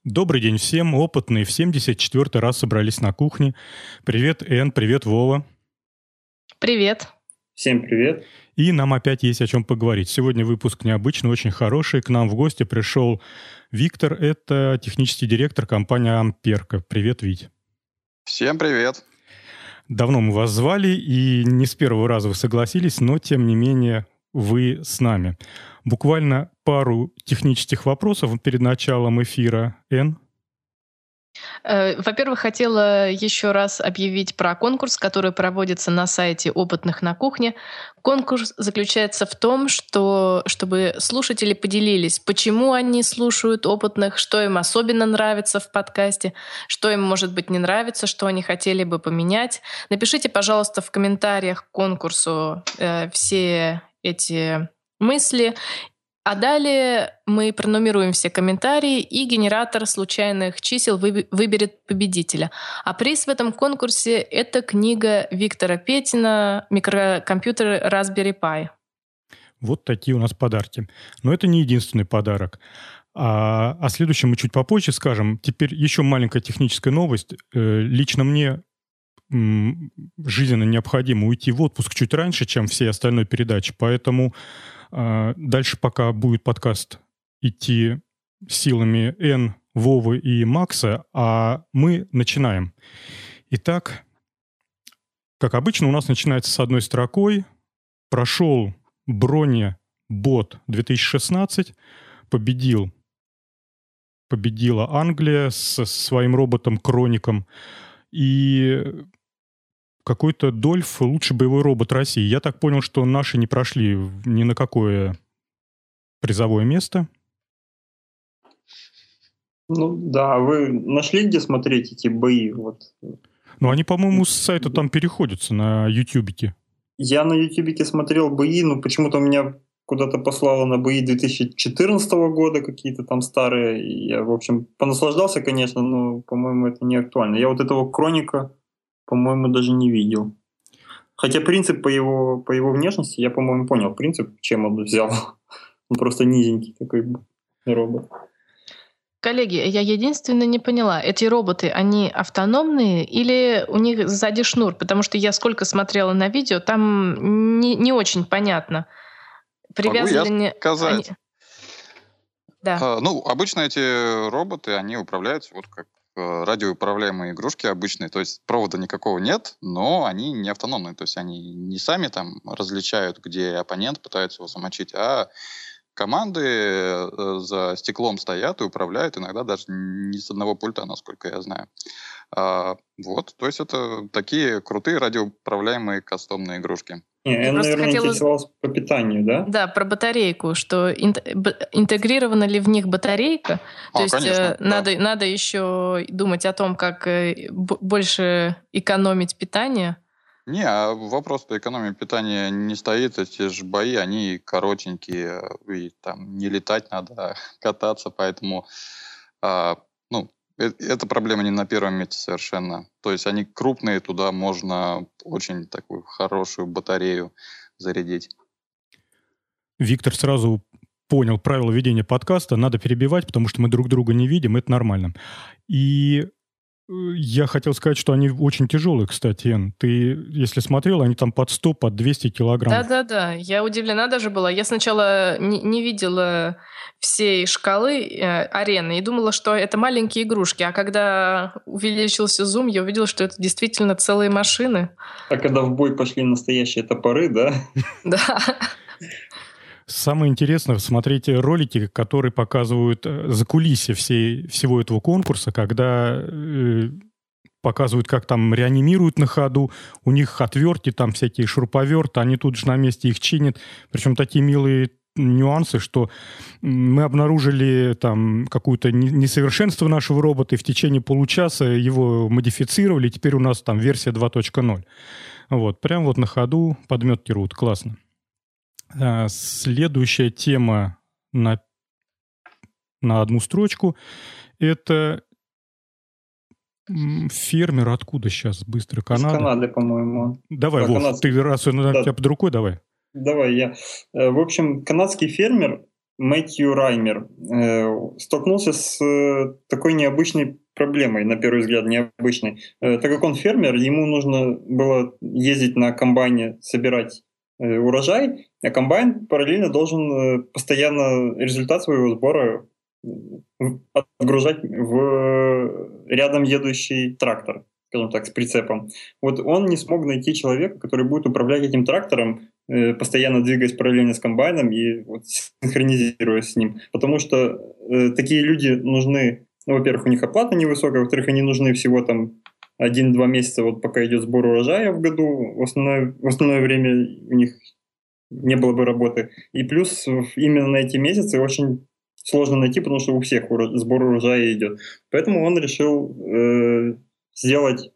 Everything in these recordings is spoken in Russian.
Добрый день всем. Опытные в 74-й раз собрались на кухне. Привет, Эн, привет, Вова. Привет. Всем привет. И нам опять есть о чем поговорить. Сегодня выпуск необычный, очень хороший. К нам в гости пришел Виктор. Это технический директор компании Амперка. Привет, Вить. Всем привет. Давно мы вас звали, и не с первого раза вы согласились, но, тем не менее, вы с нами. Буквально пару технических вопросов перед началом эфира. Эн? Во-первых, хотела еще раз объявить про конкурс, который проводится на сайте «Опытных на кухне». Конкурс заключается в том, чтобы слушатели поделились, почему они слушают опытных, что им особенно нравится в подкасте, что им, может быть, не нравится, что они хотели бы поменять. Напишите, пожалуйста, в комментариях к конкурсу все эти мысли. А далее мы пронумеруем все комментарии, и генератор случайных чисел выберет победителя. А приз в этом конкурсе — это книга Виктора Петина «Микрокомпьютер Raspberry Pi». Вот такие у нас подарки. Но это не единственный подарок. О следующем мы чуть попозже скажем. Теперь еще маленькая техническая новость. Лично мне жизненно необходимо уйти в отпуск чуть раньше, чем все остальные передачи, поэтому дальше пока будет подкаст идти силами Н, Вовы и Макса, а мы начинаем. Итак, как обычно, у нас начинается с одной строкой. Прошел Бронебот 2016, победила Англия со своим роботом Кроником, и какой-то Дольф — лучший боевой робот России. Я так понял, что наши не прошли ни на какое призовое место. Ну да, вы нашли, где смотреть эти бои? Вот. Ну, они, по-моему, с сайта там переходятся на ютубике. Я на ютубике смотрел бои, но почему-то меня куда-то послало на бои 2014 года, какие-то там старые. Я, в общем, понаслаждался, конечно, но, по-моему, это не актуально. Я вот этого Кроника, по-моему, даже не видел. Хотя принцип по его внешности, я, по-моему, понял принцип, чем он взял. Он просто низенький такой робот. Коллеги, я единственное не поняла, эти роботы, они автономные или у них сзади шнур? Потому что я сколько смотрела на видео, там не очень понятно. Привязаны. Могу я сказать? Да. Обычно эти роботы, они управляются вот как радиоуправляемые игрушки обычные, то есть провода никакого нет, но они не автономные, то есть они не сами там различают, где оппонент пытается его замочить, а команды за стеклом стоят и управляют, иногда даже не с одного пульта, насколько я знаю. То есть это такие крутые радиоуправляемые кастомные игрушки. Я, наверное, интересовался по питанию, да? Да, про батарейку, что интегрирована ли в них батарейка. То есть конечно, надо еще думать о том, как больше экономить питание. Не, вопрос по экономии питания не стоит. Эти же бои, они коротенькие, и там не летать надо, а кататься, поэтому эта проблема не на первом месте совершенно. То есть они крупные, туда можно очень такую хорошую батарею зарядить. Виктор сразу понял правила ведения подкаста. Надо перебивать, потому что мы друг друга не видим, это нормально. И я хотел сказать, что они очень тяжелые, кстати, Эн. Ты, если смотрел, они там под 100, под 200 килограмм. Да. Я удивлена даже была. Я сначала не видела всей шкалы арены и думала, что это маленькие игрушки. А когда увеличился зум, я увидела, что это действительно целые машины. А когда в бой пошли настоящие топоры, да? Да. Самое интересное, смотрите ролики, которые показывают закулисье всего этого конкурса, когда показывают, как там реанимируют на ходу, у них отвертки, там всякие шуруповерты, они тут же на месте их чинят. Причем такие милые нюансы, что мы обнаружили там какое-то несовершенство нашего робота, и в течение получаса его модифицировали, и теперь у нас там версия 2.0. Вот, прям вот на ходу подметки рвут. Классно. Следующая тема на одну строчку — это фермер. Откуда сейчас? Быстро. Канада? Из Канады, по-моему. Давай, Вов, канадский. ты раз у тебя под рукой, давай. Давай я. В общем, канадский фермер Мэтью Раймер столкнулся с такой необычной проблемой, на первый взгляд необычной. Так как он фермер, ему нужно было ездить на комбайне, собирать урожай, а комбайн параллельно должен постоянно результат своего сбора отгружать в рядом едущий трактор, скажем так, с прицепом. Вот он не смог найти человека, который будет управлять этим трактором, постоянно двигаясь параллельно с комбайном и вот синхронизируясь с ним. Потому что такие люди нужны, ну, во-первых, у них оплата невысокая, во-вторых, они нужны всего там 1-2 месяца, вот пока идет сбор урожая в году, в основное время у них не было бы работы. И плюс именно на эти месяцы очень сложно найти, потому что у всех сбор урожая идет. Поэтому он решил сделать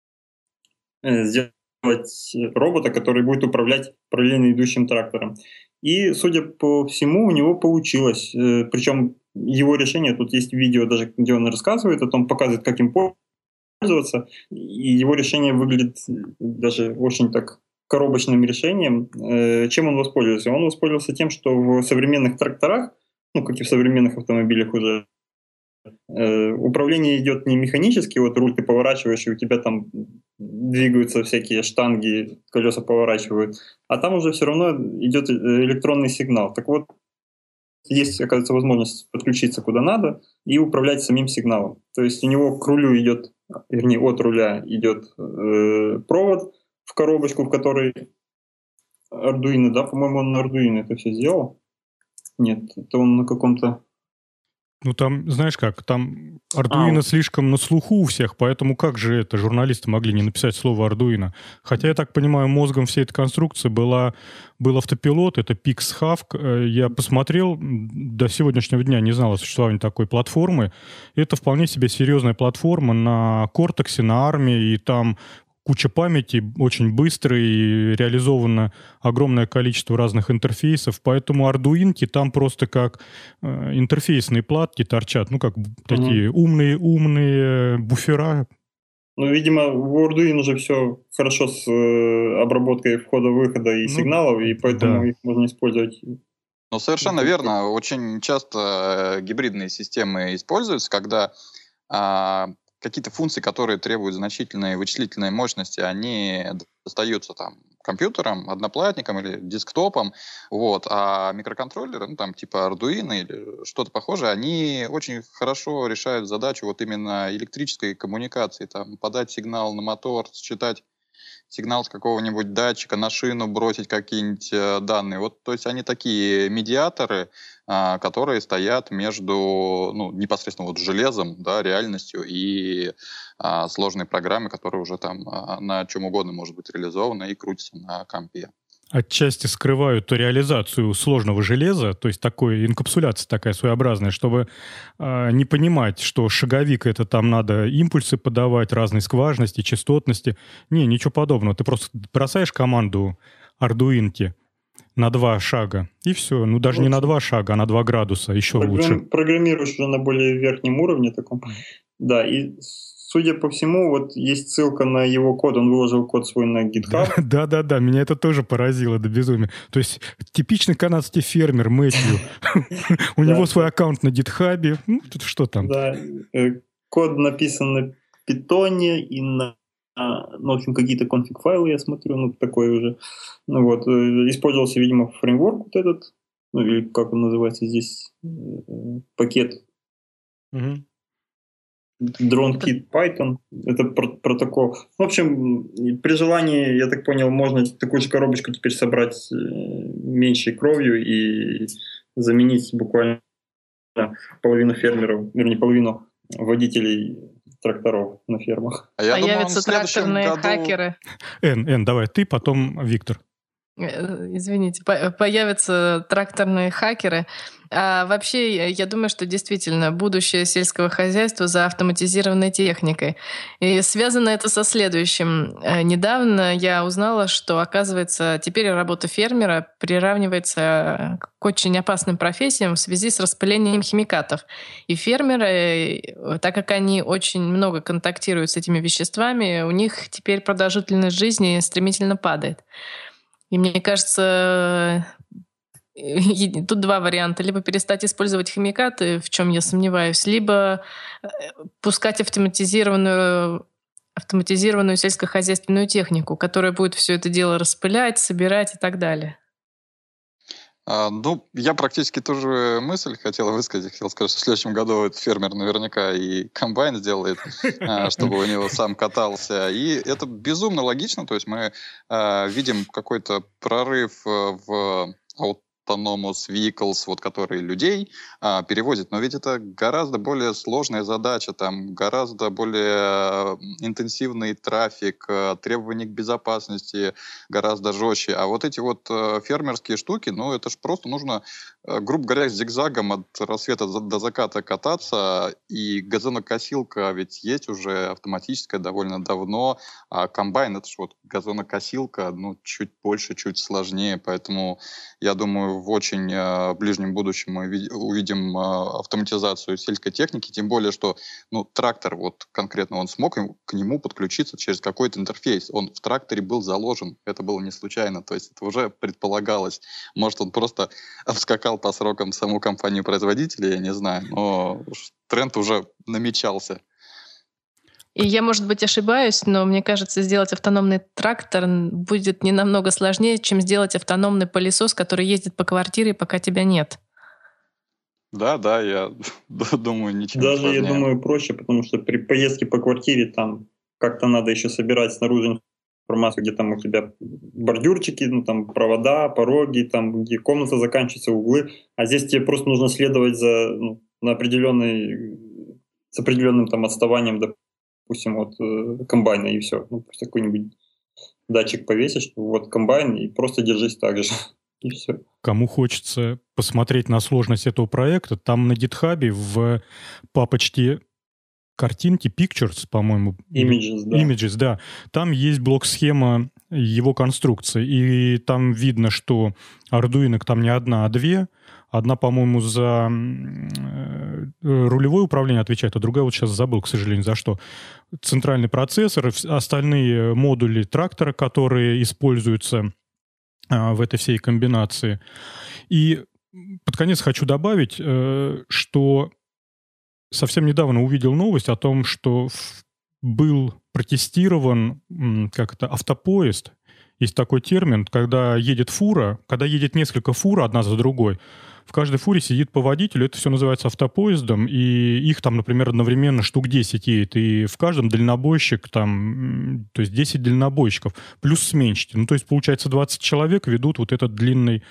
робота, который будет управлять параллельно идущим трактором. И, судя по всему, у него получилось. Причем его решение, тут есть видео даже, где он рассказывает о том, показывает, как им пользоваться. И его решение выглядит даже очень так коробочным решением. Чем он воспользовался? Он воспользовался тем, что в современных тракторах, ну, как и в современных автомобилях уже, управление идет не механически, вот руль ты поворачиваешь, и у тебя там двигаются всякие штанги, колеса поворачивают, а там уже все равно идет электронный сигнал. Так вот, есть, оказывается, возможность подключиться куда надо и управлять самим сигналом. То есть у него к рулю идет, вернее, от руля идет провод в коробочку, в которой Arduino, да, по-моему, он на Arduino это все сделал. Нет, это он на каком-то... Ну, там, знаешь как, там Arduino слишком на слуху у всех, поэтому как же это журналисты могли не написать слово Arduino? Хотя, я так понимаю, мозгом всей этой конструкции был автопилот, это PixHav. Я посмотрел, до сегодняшнего дня не знал о существовании такой платформы. Это вполне себе серьезная платформа на Cortex, на ARM, и там куча памяти, очень быстро и реализовано огромное количество разных интерфейсов, поэтому ардуинки там просто как интерфейсные платки торчат, ну как такие умные буфера. Ну, видимо, в Arduino уже все хорошо с обработкой входа-выхода и сигналов, и поэтому их можно использовать. Ну, совершенно верно. Очень часто гибридные системы используются, когда какие-то функции, которые требуют значительной вычислительной мощности, они достаются там компьютерам, одноплатникам или десктопам, вот, а микроконтроллеры, ну, там, типа Arduino или что-то похожее, они очень хорошо решают задачу вот именно электрической коммуникации, там, подать сигнал на мотор, считать сигнал с какого-нибудь датчика на шину, бросить какие-нибудь данные. Вот, то есть они такие медиаторы, которые стоят между, ну, непосредственно вот железом, да, реальностью и сложной программой, которая уже там на чем угодно может быть реализована и крутится на компе. Отчасти скрывают ту реализацию сложного железа, то есть такой инкапсуляция такая своеобразная, чтобы не понимать, что шаговик — это там надо импульсы подавать, разной скважности, частотности. Не, ничего подобного. Ты просто бросаешь команду Ардуинки на 2 шага, и все. Ну, даже не на 2 шага, а на 2 градуса, еще лучше. Программируешь уже на более верхнем уровне таком. Да, и судя по всему, вот есть ссылка на его код, он выложил код свой на GitHub. Да, меня это тоже поразило до безумия. То есть типичный канадский фермер Мэтью. У него свой аккаунт на GitHub. Ну, тут что там? Да, код написан на питоне и на, ну, в общем, какие-то конфиг-файлы, я смотрю, ну, такой уже. Ну, вот, использовался, видимо, фреймворк вот этот, ну, или как он называется здесь, пакет. DroneKit Python, это протокол. В общем, при желании, я так понял, можно такую же коробочку теперь собрать меньшей кровью и заменить буквально половину фермеров, вернее, половину водителей тракторов на фермах. Появятся тракторные хакеры. Эн, давай ты, потом Виктор. Извините, появятся тракторные хакеры. А вообще, я думаю, что действительно будущее сельского хозяйства за автоматизированной техникой. И связано это со следующим. Недавно я узнала, что, оказывается, теперь работа фермера приравнивается к очень опасным профессиям в связи с распылением химикатов. И фермеры, так как они очень много контактируют с этими веществами, у них теперь продолжительность жизни стремительно падает. И мне кажется, тут два варианта. Либо перестать использовать химикаты, в чем я сомневаюсь, либо пускать автоматизированную сельскохозяйственную технику, которая будет все это дело распылять, собирать и так далее. Я практически ту же мысль хотел высказать. Хотел сказать, что в следующем году этот фермер наверняка и комбайн сделает, чтобы у него сам катался. И это безумно логично. То есть мы видим какой-то прорыв в autonomous vehicles, которые людей перевозят. Но ведь это гораздо более сложная задача, там гораздо более интенсивный трафик, требования к безопасности гораздо жестче. А вот эти фермерские штуки, это ж просто нужно, грубо говоря, зигзагом от рассвета до заката кататься. И газонокосилка ведь есть уже автоматическая довольно давно, а комбайн — это ж газонокосилка, чуть больше, чуть сложнее. Поэтому я думаю, в очень ближнем будущем мы увидим автоматизацию сельской техники, тем более, что трактор конкретно он смог к нему подключиться через какой-то интерфейс. Он в тракторе был заложен, это было не случайно, то есть это уже предполагалось. Может, он просто обскакал по срокам саму компанию-производителя, я не знаю, но тренд уже намечался. И я, может быть, ошибаюсь, но мне кажется, сделать автономный трактор будет не намного сложнее, чем сделать автономный пылесос, который ездит по квартире, пока тебя нет. Да, я думаю, ничего Даже, сложнее. я думаю, проще, потому что при поездке по квартире там как-то надо еще собирать снаружи информацию, где там у тебя бордюрчики, провода, пороги, там, где комната заканчивается, углы. А здесь тебе просто нужно следовать с определенным отставанием, допустим, от комбайна, и все. Просто какой-нибудь датчик повесишь, что комбайн, и просто держись так же. И все. Кому хочется посмотреть на сложность этого проекта, там на GitHub в папочке картинки, Pictures, по-моему. Images, да. Там есть блок-схема его конструкции. И там видно, что Arduino там не одна, а две. Одна, по-моему, за рулевое управление отвечает, а другая сейчас забыл, к сожалению, за что. Центральный процессор, остальные модули трактора, которые используются в этой всей комбинации. И под конец хочу добавить, что совсем недавно увидел новость о том, что был протестирован автопоезд. Есть такой термин, когда едет несколько фур одна за другой. В каждой фуре сидит по водителю, это все называется автопоездом, и их там, например, одновременно штук 10 едет, и в каждом дальнобойщик, то есть 10 дальнобойщиков, плюс сменщики. То есть, получается, 20 человек ведут эту длинную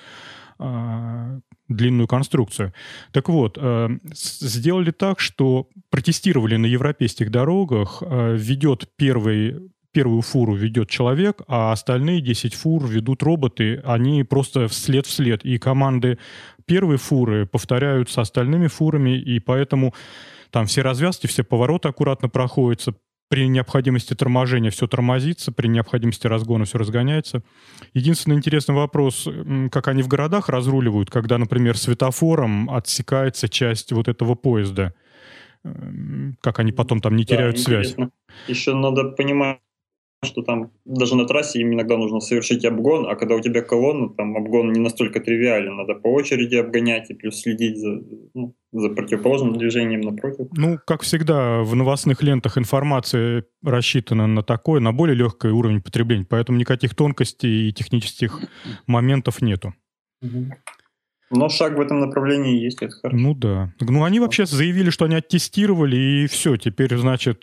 конструкцию. Так вот, сделали так, что протестировали на европейских дорогах, первую фуру ведет человек, а остальные 10 фур ведут роботы, они просто вслед. И команды первой фуры повторяют с остальными фурами, и поэтому там все развязки, все повороты аккуратно проходятся. При необходимости торможения все тормозится, при необходимости разгона все разгоняется. Единственный интересный вопрос, как они в городах разруливают, когда, например, светофором отсекается часть этого поезда. Как они потом там не теряют связь. Еще надо понимать, что там даже на трассе им иногда нужно совершить обгон, а когда у тебя колонна, там обгон не настолько тривиален. Надо по очереди обгонять и плюс следить за противоположным движением напротив. Как всегда, в новостных лентах информация рассчитана на более легкий уровень потребления, поэтому никаких тонкостей и технических моментов нету. Но шаг в этом направлении есть, это хорошо. Да. Они вообще заявили, что они оттестировали, и все. Теперь, значит,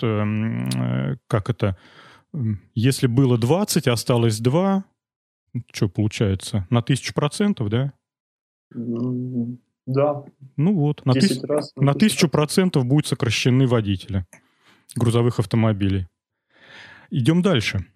если было 20, осталось 2, что получается? На 1000%, да? Да. На 1000% будут сокращены водители грузовых автомобилей. Идем дальше.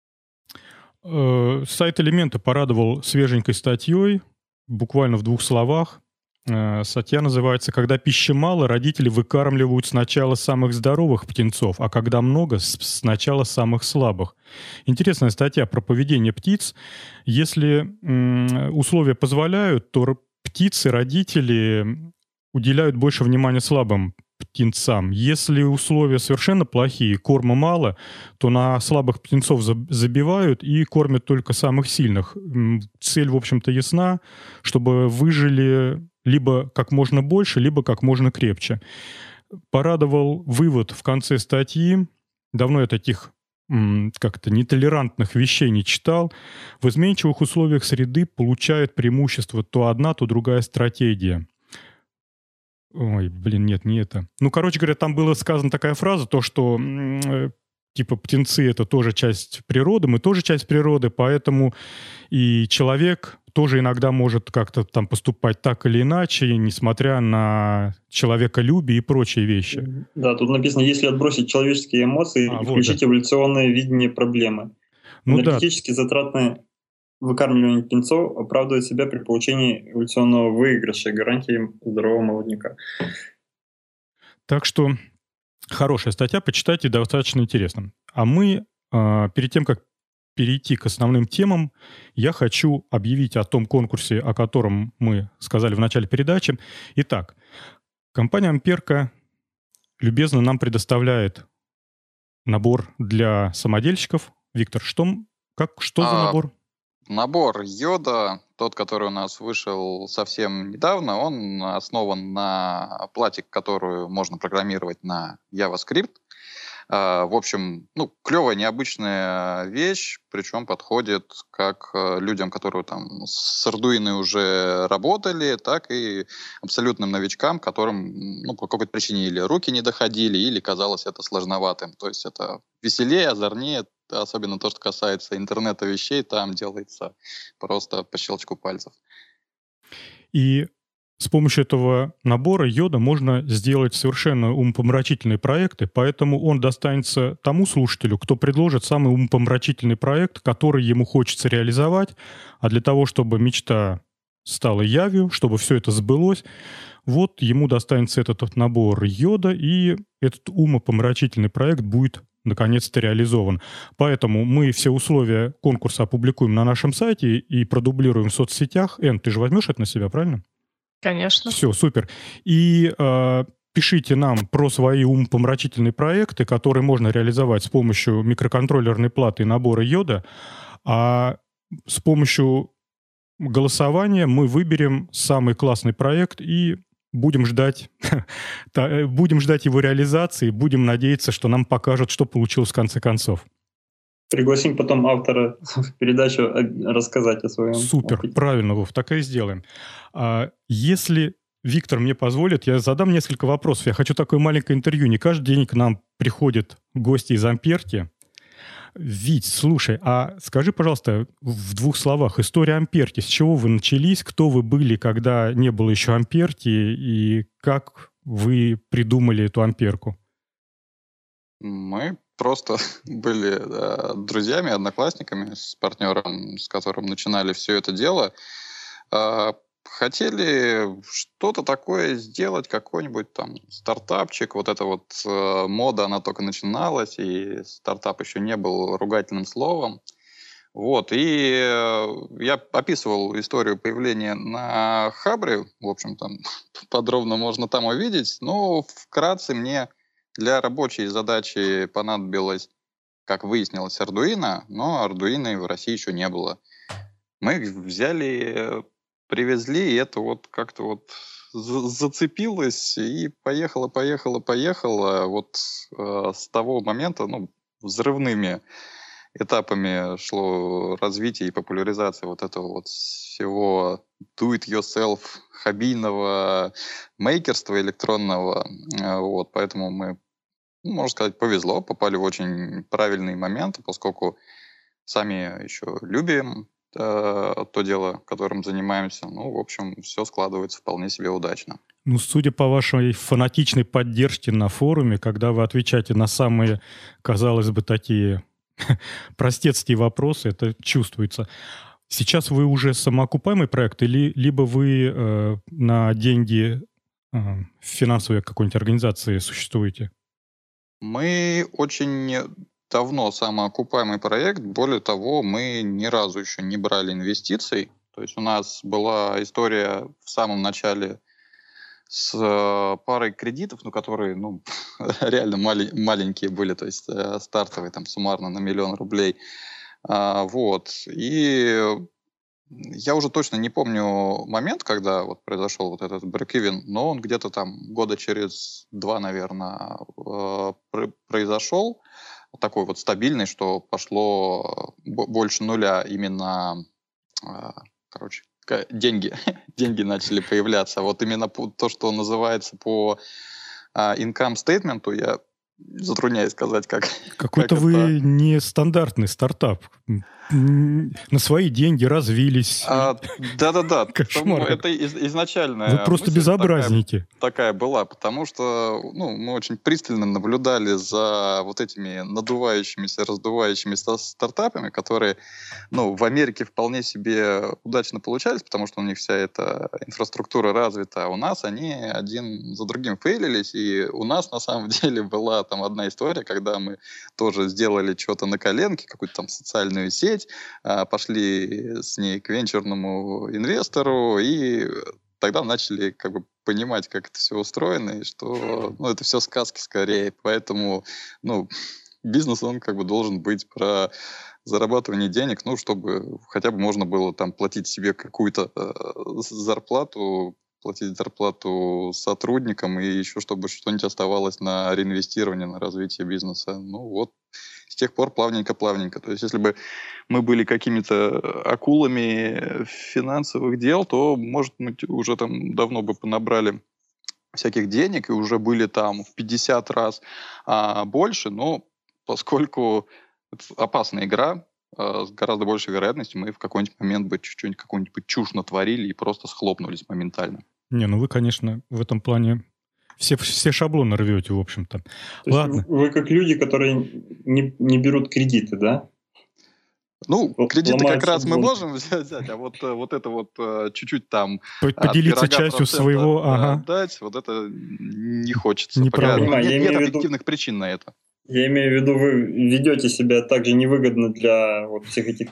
Сайт «Элемента» порадовал свеженькой статьей, буквально в 2 словах. Статья называется «Когда пищи мало, родители выкармливают сначала самых здоровых птенцов, а когда много, сначала самых слабых». Интересная статья про поведение птиц. Если условия позволяют, то птицы, родители уделяют больше внимания слабым птенцам. Если условия совершенно плохие, корма мало, то на слабых птенцов забивают и кормят только самых сильных. Цель, в общем-то, ясна, чтобы выжили либо как можно больше, либо как можно крепче. Порадовал вывод в конце статьи. Давно я таких как-то нетолерантных вещей не читал. В изменчивых условиях среды получает преимущество то одна, то другая стратегия. Ой, блин, нет, не это. Ну, короче говоря, там была сказана такая фраза, то, что типа птенцы — это тоже часть природы, мы тоже часть природы, поэтому и человек тоже иногда может как-то там поступать так или иначе, несмотря на человеколюбие и прочие вещи. Да, тут написано, если отбросить человеческие эмоции и включить эволюционное видение проблемы. Энергетически затратное выкармливание птенцов оправдывает себя при получении эволюционного выигрыша и гарантии здорового молодняка. Так что хорошая статья, почитайте, достаточно интересно. А мы, перед тем, как перейти к основным темам, я хочу объявить о том конкурсе, о котором мы сказали в начале передачи. Итак, компания «Амперка» любезно нам предоставляет набор для самодельщиков. Виктор, что за набор? Набор йода, тот, который у нас вышел совсем недавно, он основан на плате, которую можно программировать на JavaScript. В общем, клевая, необычная вещь, причем подходит как людям, которые там с Arduino уже работали, так и абсолютным новичкам, которым по какой-то причине или руки не доходили, или казалось это сложноватым. То есть это веселее, озорнее, особенно то, что касается интернета вещей, там делается просто по щелчку пальцев. И с помощью этого набора йода можно сделать совершенно умопомрачительные проекты, поэтому он достанется тому слушателю, кто предложит самый умопомрачительный проект, который ему хочется реализовать, а для того, чтобы мечта стала явью, чтобы все это сбылось, вот ему достанется этот набор йода, и этот умопомрачительный проект будет наконец-то реализован. Поэтому мы все условия конкурса опубликуем на нашем сайте и продублируем в соцсетях. Эн, ты же возьмешь это на себя, правильно? Конечно. Все, супер. И пишите нам про свои умопомрачительные проекты, которые можно реализовать с помощью микроконтроллерной платы и набора йода. А с помощью голосования мы выберем самый классный проект и будем ждать его реализации, будем надеяться, что нам покажут, что получилось в конце концов. Пригласим потом автора в передачу рассказать о своем Супер, опыте. Правильно, Вов, так и сделаем. Если Виктор мне позволит, я задам несколько вопросов. Я хочу такое маленькое интервью. Не каждый день к нам приходят гости из Амперки. Вить, слушай, а скажи, пожалуйста, в 2 словах, история Амперки. С чего вы начались? Кто вы были, когда не было еще Амперки? И как вы придумали эту Амперку? Мы просто были друзьями, одноклассниками, с партнером, с которым начинали все это дело. Хотели что-то такое сделать, какой-нибудь там стартапчик. Вот эта вот мода, она только начиналась, и стартап еще не был ругательным словом. Вот, и я описывал историю появления на Хабре, в общем, там подробно можно там увидеть, но вкратце мне для рабочей задачи понадобилось, как выяснилось, Arduino, но Arduino в России еще не было. Мы их взяли, привезли, и это вот как-то вот зацепилось, и поехало. Вот с того момента, взрывными этапами шло развитие и популяризация вот этого вот всего do-it-yourself, хоббийного мейкерства электронного. Вот, поэтому мы, можно сказать, повезло, попали в очень правильный момент, поскольку сами еще любим то дело, которым занимаемся. В общем, все складывается вполне себе удачно. Судя по вашей фанатичной поддержке на форуме, когда вы отвечаете на самые, казалось бы, такие простецкие вопросы, это чувствуется. Сейчас вы уже самоокупаемый проект, либо вы на деньги финансовой какой-нибудь организации существуете? Мы очень давно самоокупаемый проект. Более того, мы ни разу еще не брали инвестиций. То есть у нас была история в самом начале с парой кредитов, ну, которые, ну, реально маленькие были, то есть стартовые там суммарно на 1 миллион рублей. Вот. И я уже точно не помню момент, когда вот произошел вот этот break-even, но он где-то там года через 2, наверное, произошел. Такой вот стабильный, что пошло больше нуля именно, короче, деньги начали появляться. Вот именно то, что называется по income statement, я затрудняюсь сказать, как... Какой-то как вы это... нестандартный стартап. На свои деньги развились. Да-да-да. Кошмар. Это изначально... Вы просто безобразники. Такая была, потому что мы очень пристально наблюдали за вот этими надувающимися, раздувающимися стартапами, которые в Америке вполне себе удачно получались, потому что у них вся эта инфраструктура развита, а у нас они один за другим фейлились, и у нас на самом деле была там одна история, когда мы тоже сделали что-то на коленке, какую-то там социальную сеть, пошли с ней к венчурному инвестору, и тогда начали как бы понимать, как это все устроено, и что это все сказки скорее. Поэтому бизнес, он как бы должен быть про зарабатывание денег, чтобы хотя бы можно было там платить себе какую-то зарплату, платить зарплату сотрудникам, и еще чтобы что-нибудь оставалось на реинвестирование, на развитие бизнеса. С тех пор плавненько-плавненько. То есть если бы мы были какими-то акулами финансовых дел, то, может, мы уже там давно бы понабрали всяких денег и уже были там в 50 раз больше, но поскольку это опасная игра, с гораздо большей вероятностью мы в какой-нибудь момент бы чуть-чуть какую-нибудь чушь натворили и просто схлопнулись моментально. Вы, конечно, в этом плане все шаблоны рвете, в общем-то. То Ладно. Вы как люди, которые не берут кредиты, да? Кредиты как раз мы можем взять, а вот это вот чуть-чуть там поделиться частью своего дать, вот это не хочется. Неправильно. Нет объективных причин на это. Я имею в виду, вы ведете себя также невыгодно для всех этих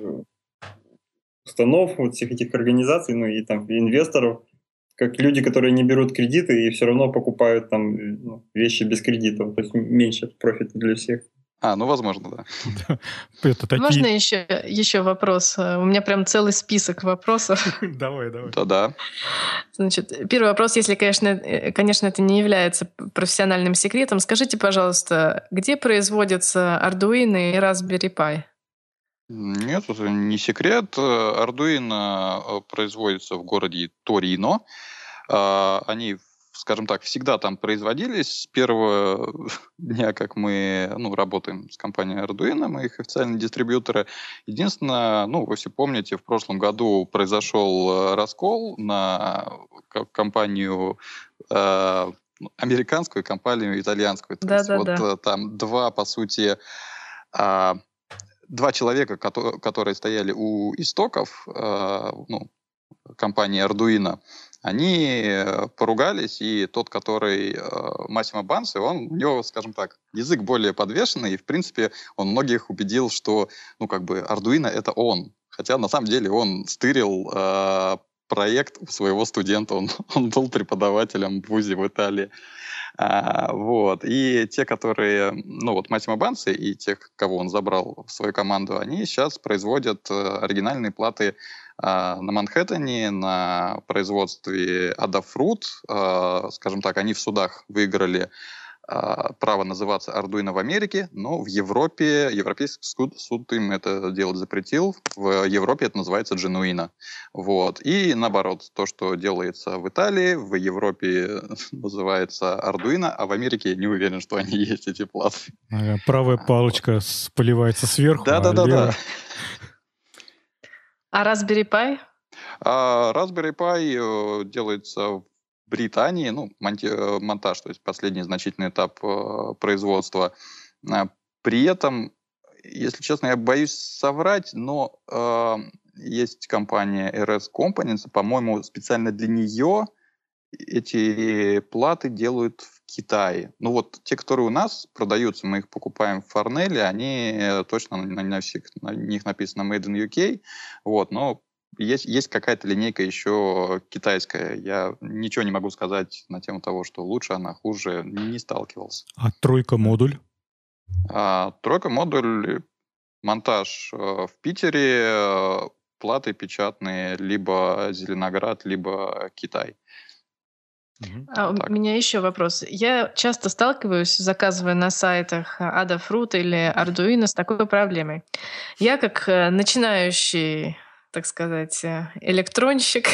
установ, всех этих организаций, и там инвесторов, как люди, которые не берут кредиты и все равно покупают там вещи без кредитов, то есть меньше профита для всех. Возможно, да. Можно еще вопрос? У меня прям целый список вопросов. Давай. Да. Значит, первый вопрос, если, конечно, это не является профессиональным секретом. Скажите, пожалуйста, где производятся Arduino и Raspberry Pi? Нет, это не секрет. Arduino производится в городе Торино. Они, скажем так, всегда там производились. С первого дня, как мы работаем с компанией Arduino, мы их официальные дистрибьюторы. Единственное, вы все помните, в прошлом году произошел раскол на компанию американскую и компанию итальянскую. Да. Там два человека, которые стояли у истоков компании Arduino, они поругались, и тот, который Массимо Банци, у него, скажем так, язык более подвешенный, и, в принципе, он многих убедил, что, Arduino — это он. Хотя, на самом деле, он стырил проект у своего студента, он был преподавателем в вузе в Италии. И те, которые, Массимо Банци и тех, кого он забрал в свою команду, они сейчас производят оригинальные платы на Манхэттене, на производстве Adafruit. Скажем так, они в судах выиграли право называться Arduino в Америке, но в Европе европейский суд им это делать запретил. В Европе это называется Genuino. И наоборот, то, что делается в Италии, в Европе называется Arduino, а в Америке я не уверен, что они есть, эти платы. Правая палочка поливается сверху, Да. А Raspberry Pi? Raspberry Pi делается в Британии, монтаж, то есть последний значительный этап производства. При этом, если честно, я боюсь соврать, но есть компания RS Components, по-моему, специально для нее эти платы делают в Китае. Те, которые у нас продаются, мы их покупаем в Форнеле, они точно на них написано Made in UK, но есть какая-то линейка еще китайская. Я ничего не могу сказать на тему того, что лучше она, хуже, не сталкивался. А тройка-модуль? Тройка-модуль, монтаж в Питере, платы печатные, либо Зеленоград, либо Китай. У меня еще вопрос. Я часто сталкиваюсь, заказывая на сайтах Adafruit или Arduino, с такой проблемой. Я как начинающий, так сказать, электронщик,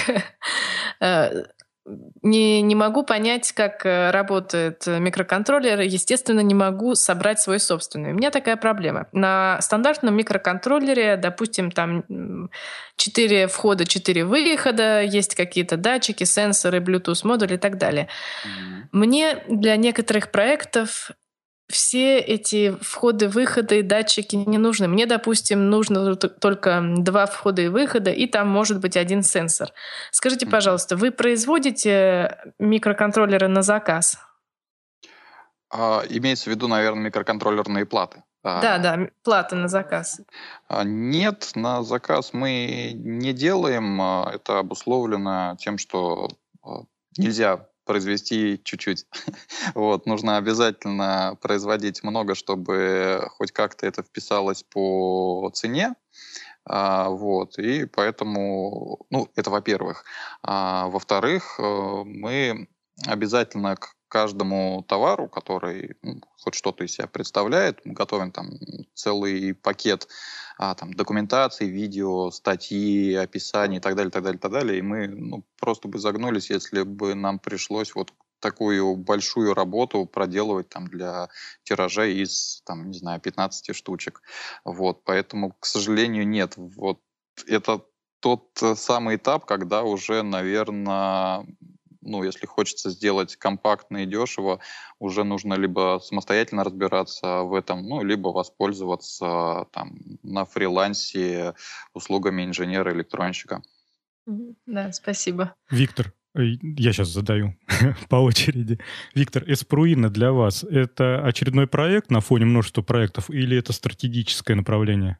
не могу понять, как работает микроконтроллер. Естественно, не могу собрать свой собственный. У меня такая проблема. На стандартном микроконтроллере, допустим, там 4 входа, 4 выхода, есть какие-то датчики, сенсоры, Bluetooth модуль и так далее. Мне для некоторых проектов все эти входы, выходы и датчики не нужны. Мне, допустим, нужно только 2 входа и выхода, и там может быть 1 сенсор. Скажите, пожалуйста, вы производите микроконтроллеры на заказ? Имеется в виду, наверное, микроконтроллерные платы. Да, платы на заказ. Нет, на заказ мы не делаем. Это обусловлено тем, что нельзя произвести чуть-чуть. Вот, нужно обязательно производить много, чтобы хоть как-то это вписалось по цене. Вот, и поэтому, это во-первых. Во-вторых, мы обязательно к каждому товару, который хоть что-то из себя представляет, мы готовим там целый пакет там, документации, видео, статьи, описаний и так далее, так далее, так далее. И мы просто бы загнулись, если бы нам пришлось вот такую большую работу проделывать там для тиражей из, там, не знаю, 15 штучек. Вот, поэтому, к сожалению, нет. Вот это тот самый этап, когда уже, наверное, если хочется сделать компактно и дешево, уже нужно либо самостоятельно разбираться в этом, либо воспользоваться там на фрилансе услугами инженера-электронщика. Да, спасибо. Виктор, я сейчас задаю по очереди. Виктор, Espruino для вас — это очередной проект на фоне множества проектов или это стратегическое направление?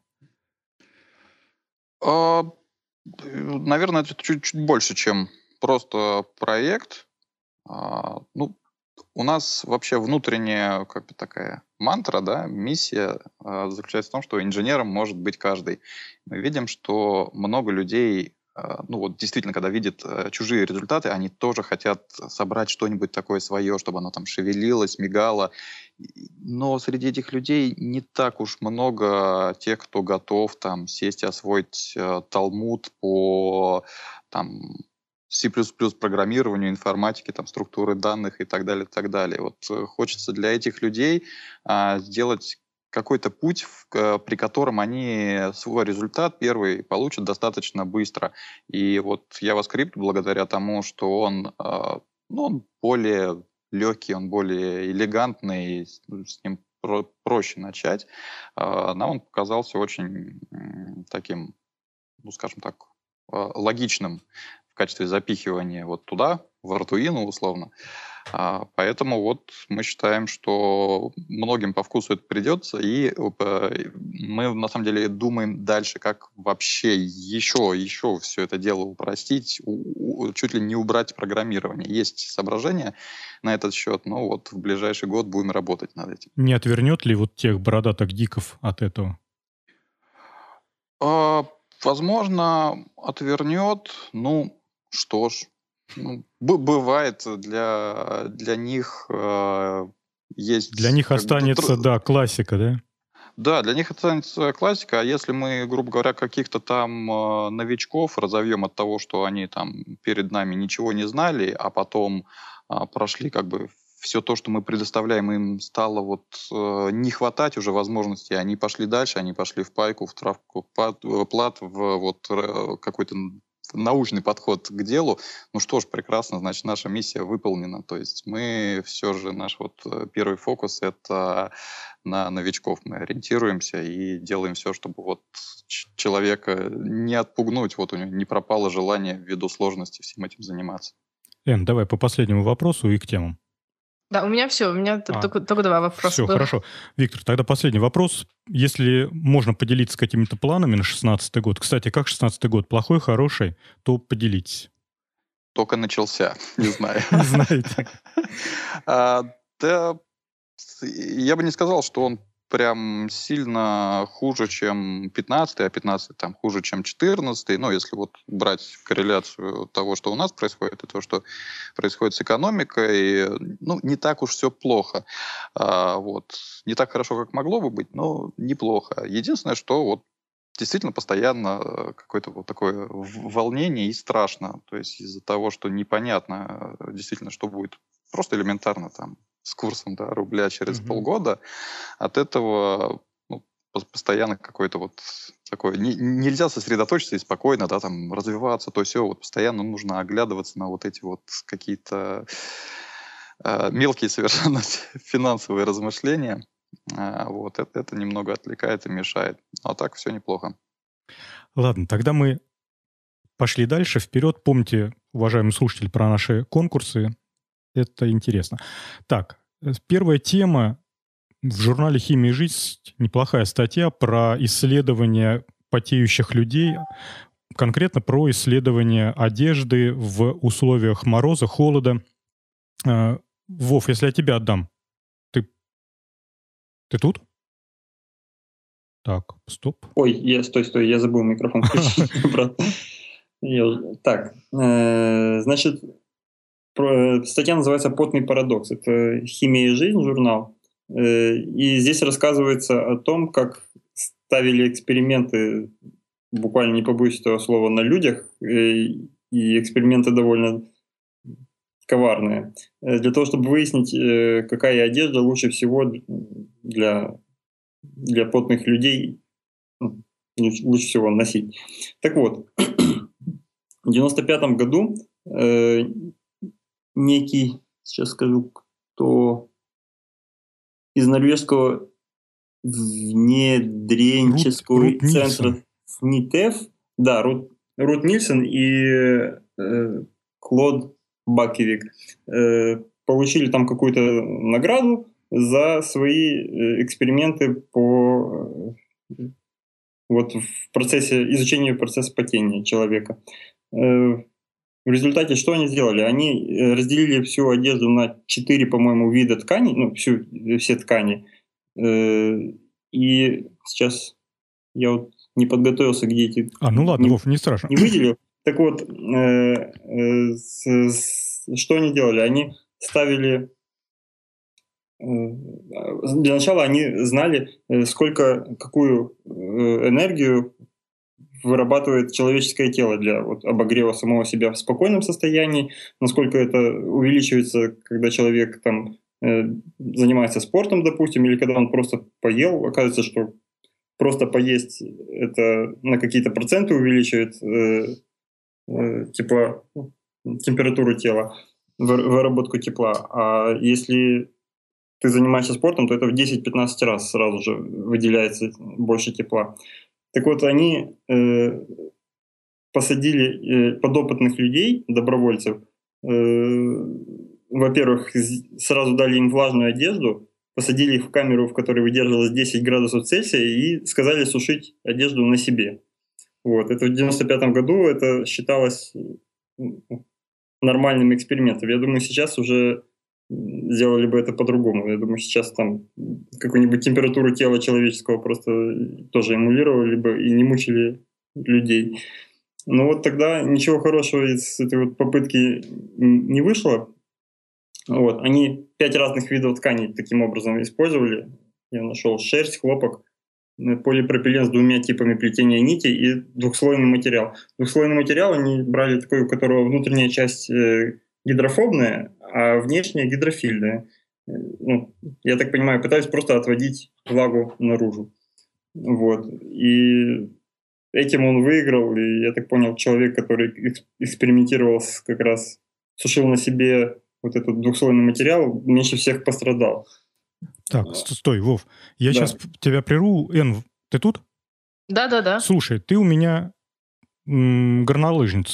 Наверное, это чуть-чуть больше, чем просто проект. У нас вообще внутренняя такая мантра, да, миссия заключается в том, что инженером может быть каждый. Мы видим, что много людей, действительно, когда видят чужие результаты, они тоже хотят собрать что-нибудь такое свое, чтобы оно там шевелилось, мигало. Но среди этих людей не так уж много тех, кто готов там сесть и освоить талмуд по там C++ программированию, информатике, там, структуры данных и так далее, и так далее. Вот хочется для этих людей сделать какой-то путь, при котором они свой результат первый получат достаточно быстро. И вот JavaScript, благодаря тому, что он более легкий, он более элегантный, с ним проще начать, нам он показался очень таким, скажем так, логичным в качестве запихивания вот туда, в Arduino условно. Поэтому вот мы считаем, что многим по вкусу это придется, и мы на самом деле думаем дальше, как вообще еще все это дело упростить, чуть ли не убрать программирование. Есть соображения на этот счет, но вот в ближайший год будем работать над этим. Не отвернет ли вот тех бородатых гиков от этого? Возможно, отвернет. Что ж, бывает, для них есть... Для них останется, классика, да? Да, для них останется классика, а если мы, грубо говоря, каких-то там новичков разовьем от того, что они там перед нами ничего не знали, а потом прошли все то, что мы предоставляем, им стало не хватать уже возможностей, они пошли дальше, они пошли в пайку, в травку плат, в какой-то научный подход к делу. Что ж, прекрасно, значит, наша миссия выполнена. То есть мы все же, наш первый фокус — это на новичков. Мы ориентируемся и делаем все, чтобы человека не отпугнуть, у него не пропало желание ввиду сложности всем этим заниматься. Эн, давай по последнему вопросу и к темам. Да, у меня все. У меня только два вопроса Все, было. хорошо. Виктор, тогда последний вопрос. Если можно поделиться какими-то планами на 16-й год. Кстати, как 16-й год? Плохой, хороший? То поделитесь. Только начался, не знаю. Не знаете. Да, я бы не сказал, что он прям сильно хуже, чем 15-й, а 15-й там хуже, чем 14-й. Ну, если вот брать корреляцию того, что у нас происходит, и то, что происходит с экономикой, ну, не так уж все плохо. Вот. Не так хорошо, как могло бы быть, но неплохо. Единственное, что вот действительно постоянно какое-то вот такое волнение и страшно. То есть из-за того, что непонятно действительно, что будет просто элементарно там с курсом рубля через полгода, от этого постоянно какой-то вот такой... нельзя сосредоточиться и спокойно там развиваться, то все. Вот постоянно нужно оглядываться на вот эти вот какие-то мелкие совершенно финансовые размышления. Вот это немного отвлекает и мешает. А так все неплохо. Ладно, тогда мы пошли дальше, вперед. Помните, уважаемые слушатели, про наши конкурсы. Это интересно. Так, первая тема. В журнале «Химия и жизнь» неплохая статья про исследования потеющих людей, конкретно про исследование одежды в условиях мороза, холода. Вов, если я тебя отдам, ты тут? Так, стоп. Ой, стой, я забыл микрофон включить. Так, значит, статья называется «Потный парадокс». Это «Химия и жизнь» журнал. И здесь рассказывается о том, как ставили эксперименты, буквально не побоюсь этого слова, на людях, и эксперименты довольно коварные, для того, чтобы выяснить, какая одежда лучше всего для потных людей лучше всего носить. Так вот, в 95-м году некий, сейчас скажу, кто из норвежского внедренческого центра СНИТЕФ, да, Рут Нильсон и Клод Бакевик получили там какую-то награду за свои эксперименты по вот в процессе изучения процесса потения человека. В результате что они сделали? Они разделили всю одежду на 4, по-моему, вида тканей, ну, все ткани. И сейчас я вот не подготовился, где эти... Ну ладно, Вов, не страшно. Не выделил. Так вот, что они делали? Они ставили... Для начала они знали, какую энергию вырабатывает человеческое тело для обогрева самого себя в спокойном состоянии, насколько это увеличивается, когда человек там занимается спортом, допустим, или когда он просто поел. Оказывается, что просто поесть это на какие-то проценты увеличивает температуру тела, выработку тепла. А если ты занимаешься спортом, то это в 10-15 раз сразу же выделяется больше тепла. Так вот, они посадили подопытных людей, добровольцев. Во-первых, сразу дали им влажную одежду, посадили их в камеру, в которой выдерживалось 10 градусов Цельсия, и сказали сушить одежду на себе. Вот. Это в 95-м году это считалось нормальным экспериментом. Я думаю, сейчас уже сделали бы это по-другому. Я думаю, сейчас там какую-нибудь температуру тела человеческого просто тоже эмулировали бы и не мучили людей. Но вот тогда ничего хорошего из этой вот попытки не вышло. Вот. Они 5 разных видов тканей таким образом использовали. Я нашел шерсть, хлопок, полипропилен с 2 типами плетения нитей и двухслойный материал. Двухслойный материал они брали такой, у которого внутренняя часть гидрофобная, а внешняя гидрофильная. Ну, я так понимаю, пытались просто отводить влагу наружу. Вот. И этим он выиграл. И я так понял, человек, который экспериментировал, как раз сушил на себе вот этот двухслойный материал, меньше всех пострадал. Так, стой, Вов. Я сейчас тебя прерву. Эн, ты тут? Да. Слушай, ты у меня горнолыжница.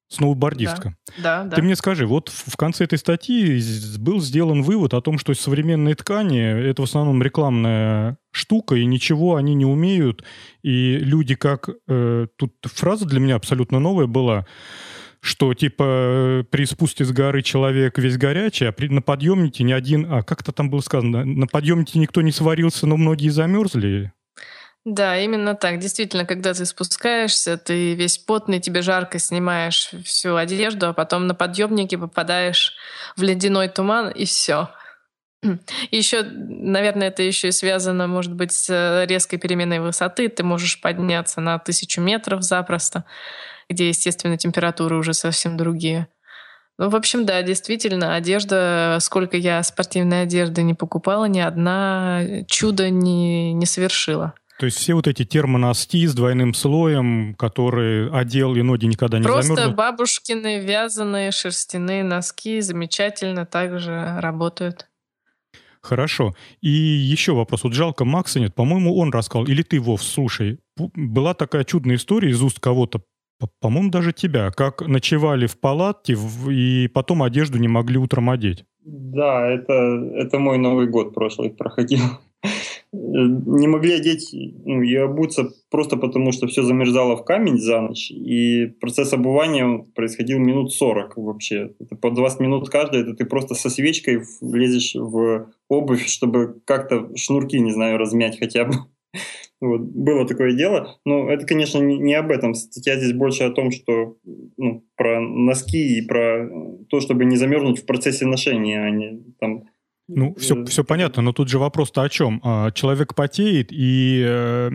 Сноубордистка. Да. Ты мне скажи, вот в конце этой статьи был сделан вывод о том, что современные ткани — это в основном рекламная штука, и ничего они не умеют. И люди как... тут фраза для меня абсолютно новая была, что типа при спуске с горы человек весь горячий, а на подъемнике ни один... как-то там было сказано, на подъемнике никто не сварился, но многие замерзли. Да, именно так. Действительно, когда ты спускаешься, ты весь потный, тебе жарко, снимаешь всю одежду, а потом на подъемнике попадаешь в ледяной туман, и все. Еще, наверное, это еще и связано, может быть, с резкой переменой высоты. Ты можешь подняться на 1000 метров запросто, где, естественно, температуры уже совсем другие. Ну, в общем, да, действительно, одежда, сколько я спортивной одежды не покупала, ни одна чудо не совершила. То есть все вот эти термоноски с двойным слоем, которые одел и ноги никогда не замерзнут? Просто бабушкины вязаные шерстяные носки замечательно также работают. Хорошо. И еще вопрос. Вот жалко, Макса нет. По-моему, он рассказал. Или ты, Вов, слушай. Была такая чудная история из уст кого-то, по-моему, даже тебя, как ночевали в палатке и потом одежду не могли утром одеть. Да, это мой Новый год прошлый проходил. Не могли одеть и обуться просто потому, что все замерзало в камень за ночь, и процесс обувания происходил минут 40 вообще. Это по 20 минут каждый, это ты просто со свечкой лезешь в обувь, чтобы как-то шнурки, не знаю, размять хотя бы. Вот. Было такое дело. Но это, конечно, не об этом. Статья здесь больше о том, что про носки и про то, чтобы не замерзнуть в процессе ношения, а не там... Все понятно, но тут же вопрос-то о чем? Человек потеет и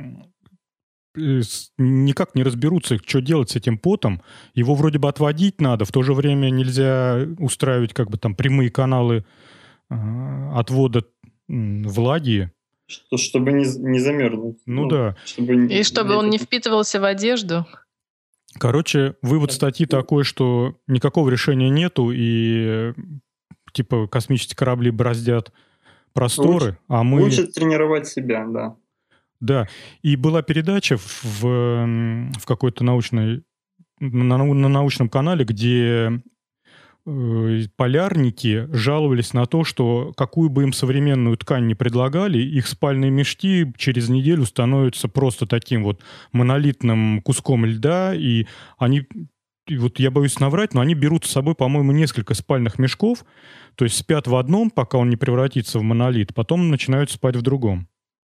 никак не разберутся, что делать с этим потом. Его вроде бы отводить надо, в то же время нельзя устраивать как бы там прямые каналы отвода влаги. Чтобы не замерзнуть. Да. Чтобы он не впитывался в одежду. Короче, вывод статьи такой, что никакого решения нету, и типа космические корабли бороздят просторы, а мы... Лучше тренировать себя, да. Да, и была передача в какой-то на научном канале, где полярники жаловались на то, что какую бы им современную ткань ни предлагали, их спальные мешки через неделю становятся просто таким вот монолитным куском льда, и они... Вот я боюсь наврать, но они берут с собой, по-моему, несколько спальных мешков, то есть спят в одном, пока он не превратится в монолит, потом начинают спать в другом.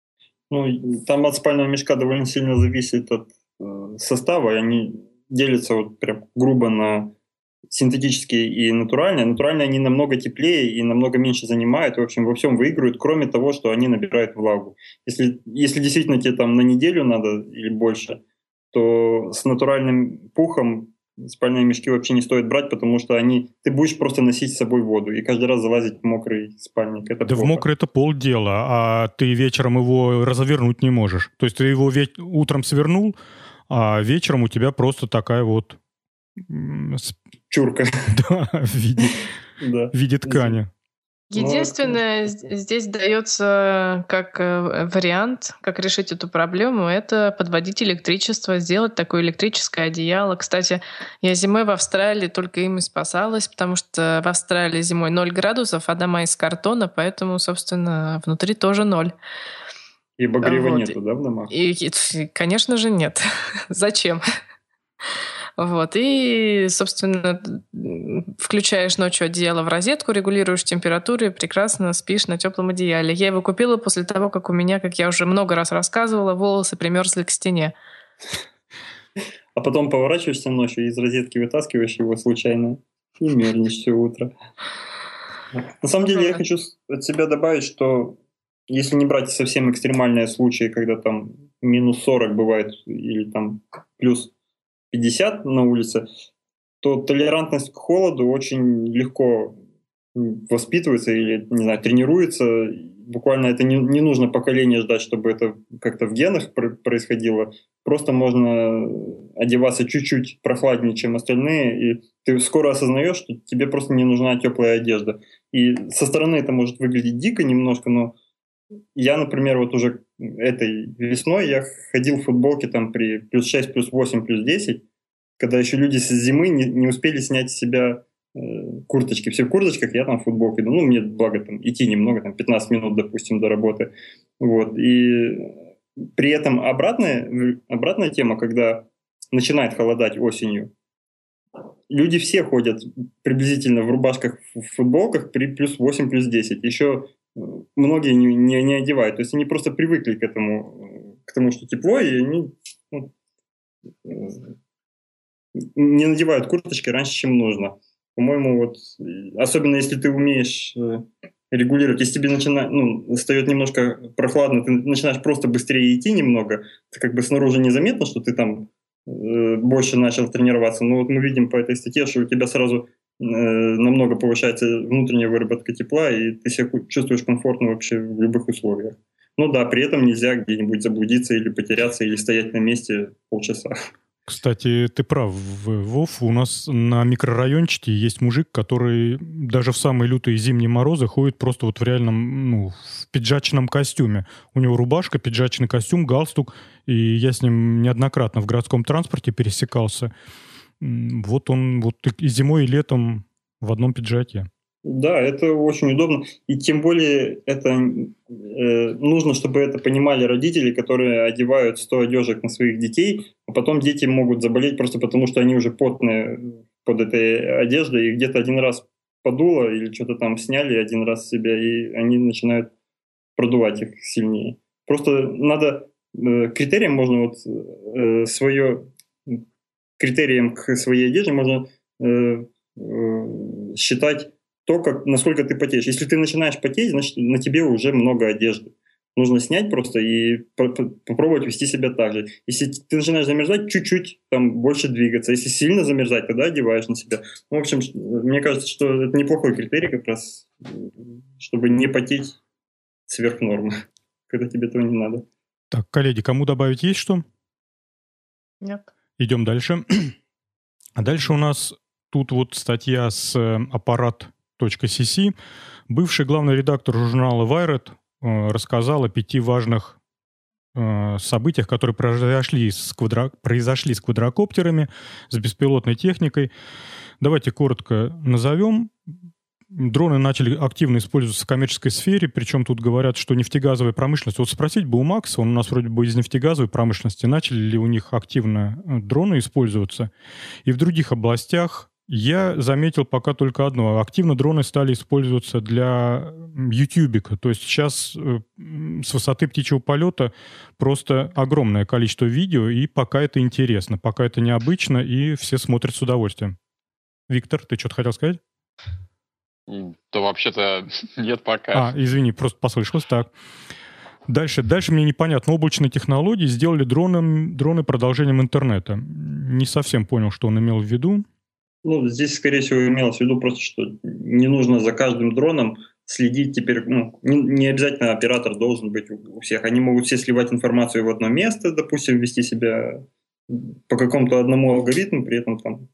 Там от спального мешка довольно сильно зависит от состава, и они делятся вот прям грубо на синтетические и натуральные. Натуральные они намного теплее и намного меньше занимают, и, в общем, во всем выигрывают, кроме того, что они набирают влагу. Если действительно тебе там на неделю надо или больше, то с натуральным пухом спальные мешки вообще не стоит брать, потому что ты будешь просто носить с собой воду и каждый раз залазить в мокрый спальник. Это да плохо. В мокрый это полдела, а ты вечером его развернуть не можешь. То есть ты его утром свернул, а вечером у тебя просто такая вот... Чурка. Да, в виде ткани. Единственное, здесь дается как вариант, как решить эту проблему, это подводить электричество, сделать такое электрическое одеяло. Кстати, я зимой в Австралии только им и спасалась, потому что в Австралии зимой 0 градусов, а дома из картона, поэтому, собственно, внутри тоже 0. И обогрева нету, да, в домах? Конечно же, нет. Зачем? И, собственно, включаешь ночью одеяло в розетку, регулируешь температуру и прекрасно спишь на теплом одеяле. Я его купила после того, как у меня, как я уже много раз рассказывала, волосы примерзли к стене. А потом поворачиваешься ночью и из розетки вытаскиваешь его случайно и мерзнешь все утро. На самом деле я хочу от себя добавить, что если не брать совсем экстремальные случаи, когда там минус 40 бывает или там плюс 50 на улице, то толерантность к холоду очень легко воспитывается или, не знаю, тренируется. Буквально это не нужно поколение ждать, чтобы это как-то в генах происходило. Просто можно одеваться чуть-чуть прохладнее, чем остальные, и ты скоро осознаешь, что тебе просто не нужна теплая одежда. И со стороны это может выглядеть дико немножко, но я, например, вот уже этой весной я ходил в футболке там при плюс 6, плюс 8, плюс 10, когда еще люди с зимы не успели снять с себя курточки. Все в курточках, я там в футболке. Ну, мне, благо, там, идти немного, там, 15 минут, допустим, до работы. Вот. И при этом обратная тема, когда начинает холодать осенью, люди все ходят приблизительно в рубашках, в футболках при плюс 8, плюс 10. Еще многие не одевают. То есть они просто привыкли к тому, что тепло, и они не надевают курточки раньше, чем нужно. По-моему, вот, особенно если ты умеешь регулировать, если тебе стает немножко прохладно, ты начинаешь просто быстрее идти немного, это как бы снаружи незаметно, что ты там больше начал тренироваться, но вот мы видим по этой статье, что у тебя сразу намного повышается внутренняя выработка тепла, и ты себя чувствуешь комфортно вообще в любых условиях. Ну да, при этом нельзя где-нибудь заблудиться или потеряться, или стоять на месте полчаса. Кстати, ты прав, Вов. У нас на микрорайончике есть мужик, который даже в самые лютые зимние морозы ходит просто вот в реальном, в пиджачном костюме. У него рубашка, пиджачный костюм, галстук, и я с ним неоднократно в городском транспорте пересекался. Вот он вот и зимой, и летом в одном пиджаке. Да, это очень удобно. И тем более это нужно, чтобы это понимали родители, которые одевают 100 одежек на своих детей, а потом дети могут заболеть просто потому, что они уже потные под этой одеждой, и где-то один раз подуло или что-то там сняли один раз себя, и они начинают продувать их сильнее. Просто надо критерием можно критерием к своей одежде можно считать то, насколько ты потеешь. Если ты начинаешь потеть, значит, на тебе уже много одежды. Нужно снять просто и попробовать вести себя так же. Если ты начинаешь замерзать, чуть-чуть там больше двигаться. Если сильно замерзать, тогда одеваешь на себя. В общем, мне кажется, что это неплохой критерий как раз, чтобы не потеть сверх нормы, когда тебе этого не надо. Так, коллеги, кому добавить есть что? Нет. Идем дальше. А дальше у нас тут вот статья с аппарат.cc. Бывший главный редактор журнала Wired рассказал о 5 важных событиях, которые произошли с квадрокоптерами, с беспилотной техникой. Давайте коротко назовем. Дроны начали активно использоваться в коммерческой сфере, причем тут говорят, что нефтегазовая промышленность. Вот спросить бы у Макса, он у нас вроде бы из нефтегазовой промышленности, начали ли у них активно дроны использоваться. И в других областях я заметил пока только одно. Активно дроны стали использоваться для ютубика. То есть сейчас с высоты птичьего полета просто огромное количество видео, и пока это интересно, пока это необычно, и все смотрят с удовольствием. Виктор, ты что-то хотел сказать? Да вообще-то нет пока. Извини, просто послышалось так. Дальше мне непонятно. Облачные технологии сделали дроны продолжением интернета. Не совсем понял, что он имел в виду. Ну, здесь, скорее всего, имелось в виду просто, что не нужно за каждым дроном следить теперь. Не обязательно оператор должен быть у всех. Они могут все сливать информацию в одно место, допустим, вести себя по какому-то одному алгоритму, при этом там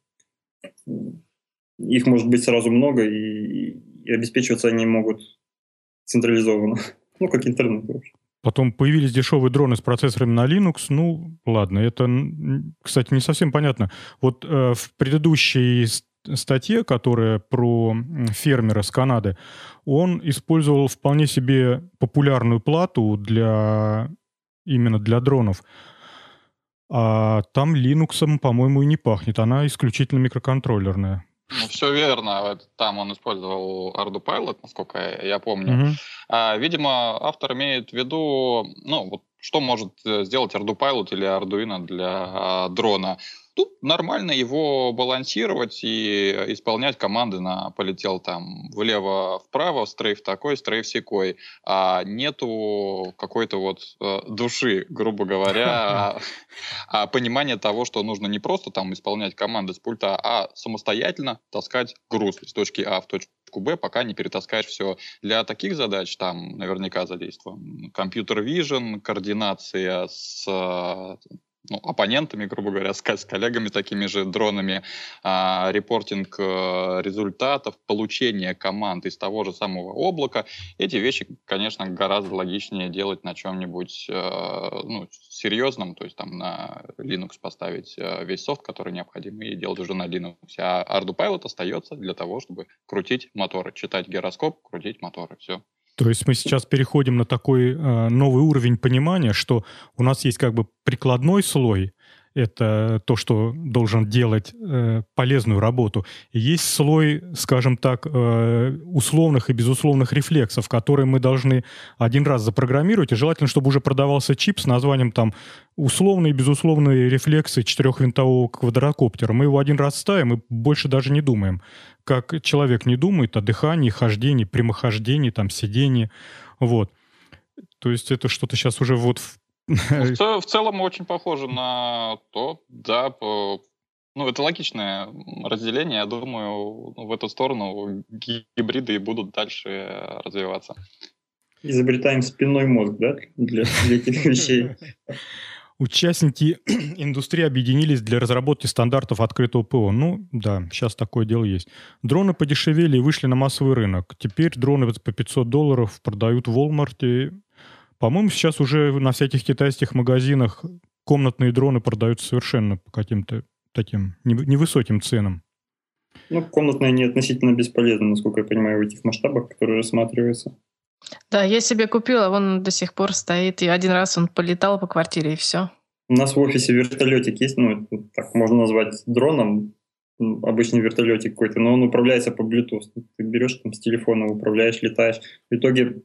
их может быть сразу много, и обеспечиваться они могут централизованно. Как интернет вообще. Потом появились дешевые дроны с процессорами на Linux. Ну, ладно, это, кстати, не совсем понятно. Вот в предыдущей статье, которая про фермера с Канады, он использовал вполне себе популярную плату именно для дронов. А там Linux, по-моему, и не пахнет. Она исключительно микроконтроллерная. Ну, все верно. Там он использовал ArduPilot, насколько я помню. Видимо, автор имеет в виду, что может сделать ArduPilot или Arduino для дрона. Тут нормально его балансировать и исполнять команды на полетел там влево-вправо, стрейф такой, стрейф сякой. А нету какой-то души, грубо говоря, понимания того, что нужно не просто там исполнять команды с пульта, а самостоятельно таскать груз из точки А в точку Б, пока не перетаскаешь все. Для таких задач там наверняка задействован компьютер-вижн, координация с оппонентами, грубо говоря, с коллегами такими же дронами, репортинг результатов, получение команд из того же самого облака. Эти вещи, конечно, гораздо логичнее делать на чем-нибудь серьезном, то есть там на Linux поставить весь софт, который необходим, и делать уже на Linux. А ArduPilot остается для того, чтобы крутить моторы, читать гироскоп, крутить моторы, все. То есть мы сейчас переходим на такой новый уровень понимания, что у нас есть как бы прикладной слой, это то, что должен делать полезную работу. И есть слой, скажем так, условных и безусловных рефлексов, которые мы должны один раз запрограммировать, и желательно, чтобы уже продавался чип с названием там условные и безусловные рефлексы четырехвинтового квадрокоптера. Мы его один раз ставим и больше даже не думаем. Как человек не думает о дыхании, хождении, прямохождении, там, сидении. Вот. То есть это что-то сейчас уже вот... В целом очень похоже на то, да, это логичное разделение. Я думаю, в эту сторону гибриды и будут дальше развиваться. Изобретаем спинной мозг, да, для этих вещей. Участники индустрии объединились для разработки стандартов открытого ПО. Да, сейчас такое дело есть. Дроны подешевели и вышли на массовый рынок. Теперь дроны по $500 продают в Walmart. По-моему, сейчас уже на всяких китайских магазинах комнатные дроны продаются совершенно по каким-то таким невысоким ценам. Комнатные они относительно бесполезны, насколько я понимаю, в этих масштабах, которые рассматриваются. Да, я себе купила, он до сих пор стоит, и один раз он полетал по квартире, и все. У нас в офисе вертолетик есть, так можно назвать дроном, обычный вертолетик какой-то, но он управляется по Bluetooth. Ты берешь там с телефона, управляешь, летаешь. В итоге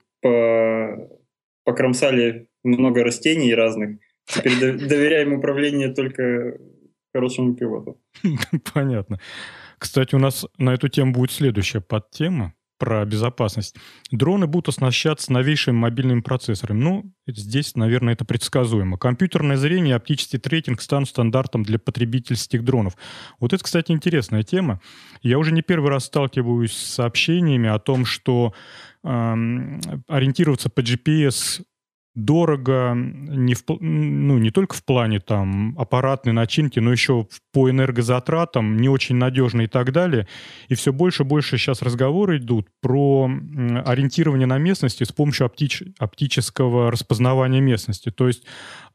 покромсали много растений разных. Теперь доверяем управление только хорошему пилоту. Понятно. Кстати, у нас на эту тему будет следующая подтема про безопасность. Дроны будут оснащаться новейшими мобильными процессорами. Здесь, наверное, это предсказуемо. Компьютерное зрение и оптический трекинг станут стандартом для потребительских дронов. Вот это, кстати, интересная тема. Я уже не первый раз сталкиваюсь с сообщениями о том, что ориентироваться по GPS дорого не только в плане там аппаратной начинки, но еще по энергозатратам, не очень надежно и так далее. И все больше и больше сейчас разговоры идут про ориентирование на местности с помощью оптического распознавания местности. То есть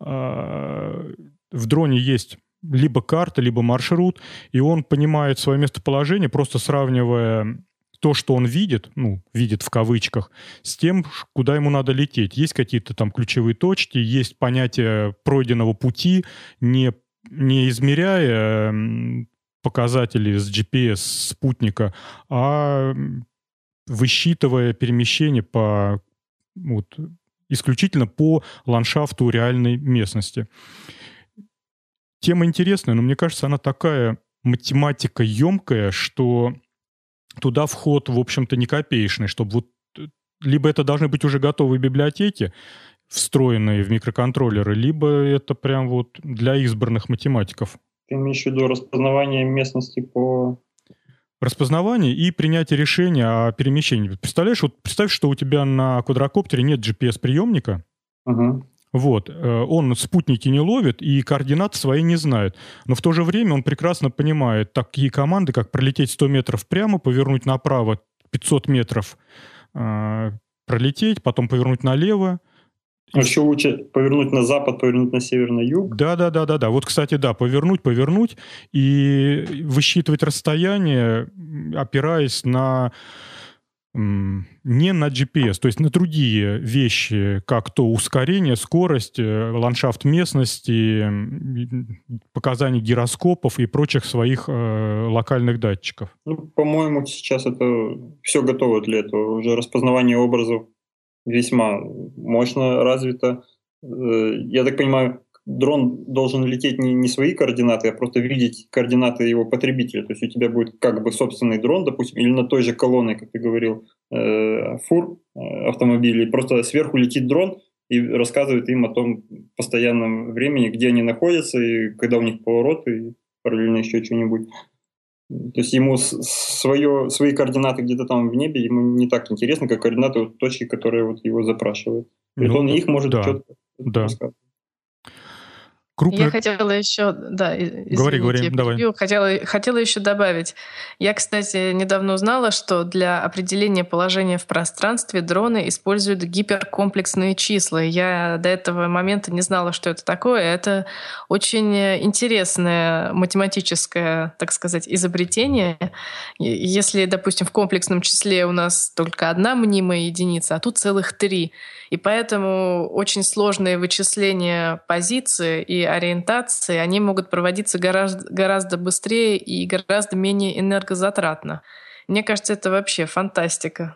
в дроне есть либо карта, либо маршрут, и он понимает свое местоположение, просто сравнивая то, что он видит, видит в кавычках, с тем, куда ему надо лететь. Есть какие-то там ключевые точки, есть понятие пройденного пути, не измеряя показатели с GPS спутника, а высчитывая перемещение исключительно по ландшафту реальной местности. Тема интересная, но мне кажется, она такая математика емкая, что туда вход, в общем-то, не копеечный, чтобы либо это должны быть уже готовые библиотеки, встроенные в микроконтроллеры, либо это прям для избранных математиков. Ты имеешь в виду распознавание местности по... Распознавание и принятие решения о перемещении. Представь, что у тебя на квадрокоптере нет GPS-приемника. Угу. Он спутники не ловит и координаты свои не знает. Но в то же время он прекрасно понимает такие команды, как пролететь 100 метров прямо, повернуть направо 500 метров, пролететь, потом повернуть налево. А еще лучше повернуть на запад, повернуть на север, на юг. Да. Кстати, повернуть и высчитывать расстояние, опираясь не на GPS, то есть на другие вещи, как то ускорение, скорость, ландшафт местности, показания гироскопов и прочих своих локальных датчиков. По-моему, сейчас это все готово для этого. Уже распознавание образов весьма мощно развито. Я так понимаю, дрон должен лететь не свои координаты, а просто видеть координаты его потребителя. То есть у тебя будет как бы собственный дрон, допустим, или на той же колонне, как ты говорил, фур автомобилей. Просто сверху летит дрон и рассказывает им о том постоянном времени, где они находятся, и когда у них поворот, и параллельно еще что-нибудь. То есть ему свои координаты где-то там в небе ему не так интересно, как координаты точки, которые его запрашивают. Он их может четко рассказывать. Я хотела еще, извините, перебью, хотела еще добавить. Я, кстати, недавно узнала, что для определения положения в пространстве дроны используют гиперкомплексные числа. Я до этого момента не знала, что это такое. Это очень интересное математическое, так сказать, изобретение. Если, допустим, в комплексном числе у нас только одна мнимая единица, а тут целых 3. И поэтому очень сложные вычисления позиции и ориентации, они могут проводиться гораздо быстрее и гораздо менее энергозатратно. Мне кажется, это вообще фантастика.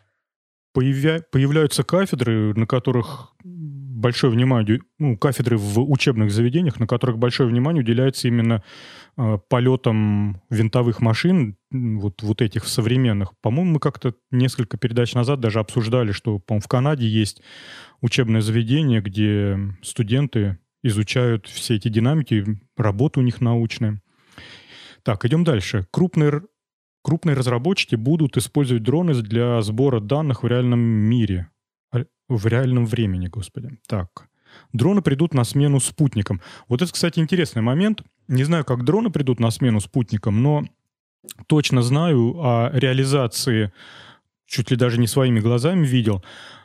Появляются кафедры, на которых большое внимание, кафедры в учебных заведениях, на которых большое внимание уделяется именно полетам винтовых машин, вот этих современных. По-моему, мы как-то несколько передач назад даже обсуждали, что, по-моему, в Канаде есть учебное заведение, где студенты изучают все эти динамики, работа у них научная. Так, идем дальше. Крупные разработчики будут использовать дроны для сбора данных в реальном мире. В реальном времени, господи. Так. Дроны придут на смену спутникам. Вот это, кстати, интересный момент. Не знаю, как дроны придут на смену спутникам, но точно знаю о реализации, чуть ли даже не своими глазами видел.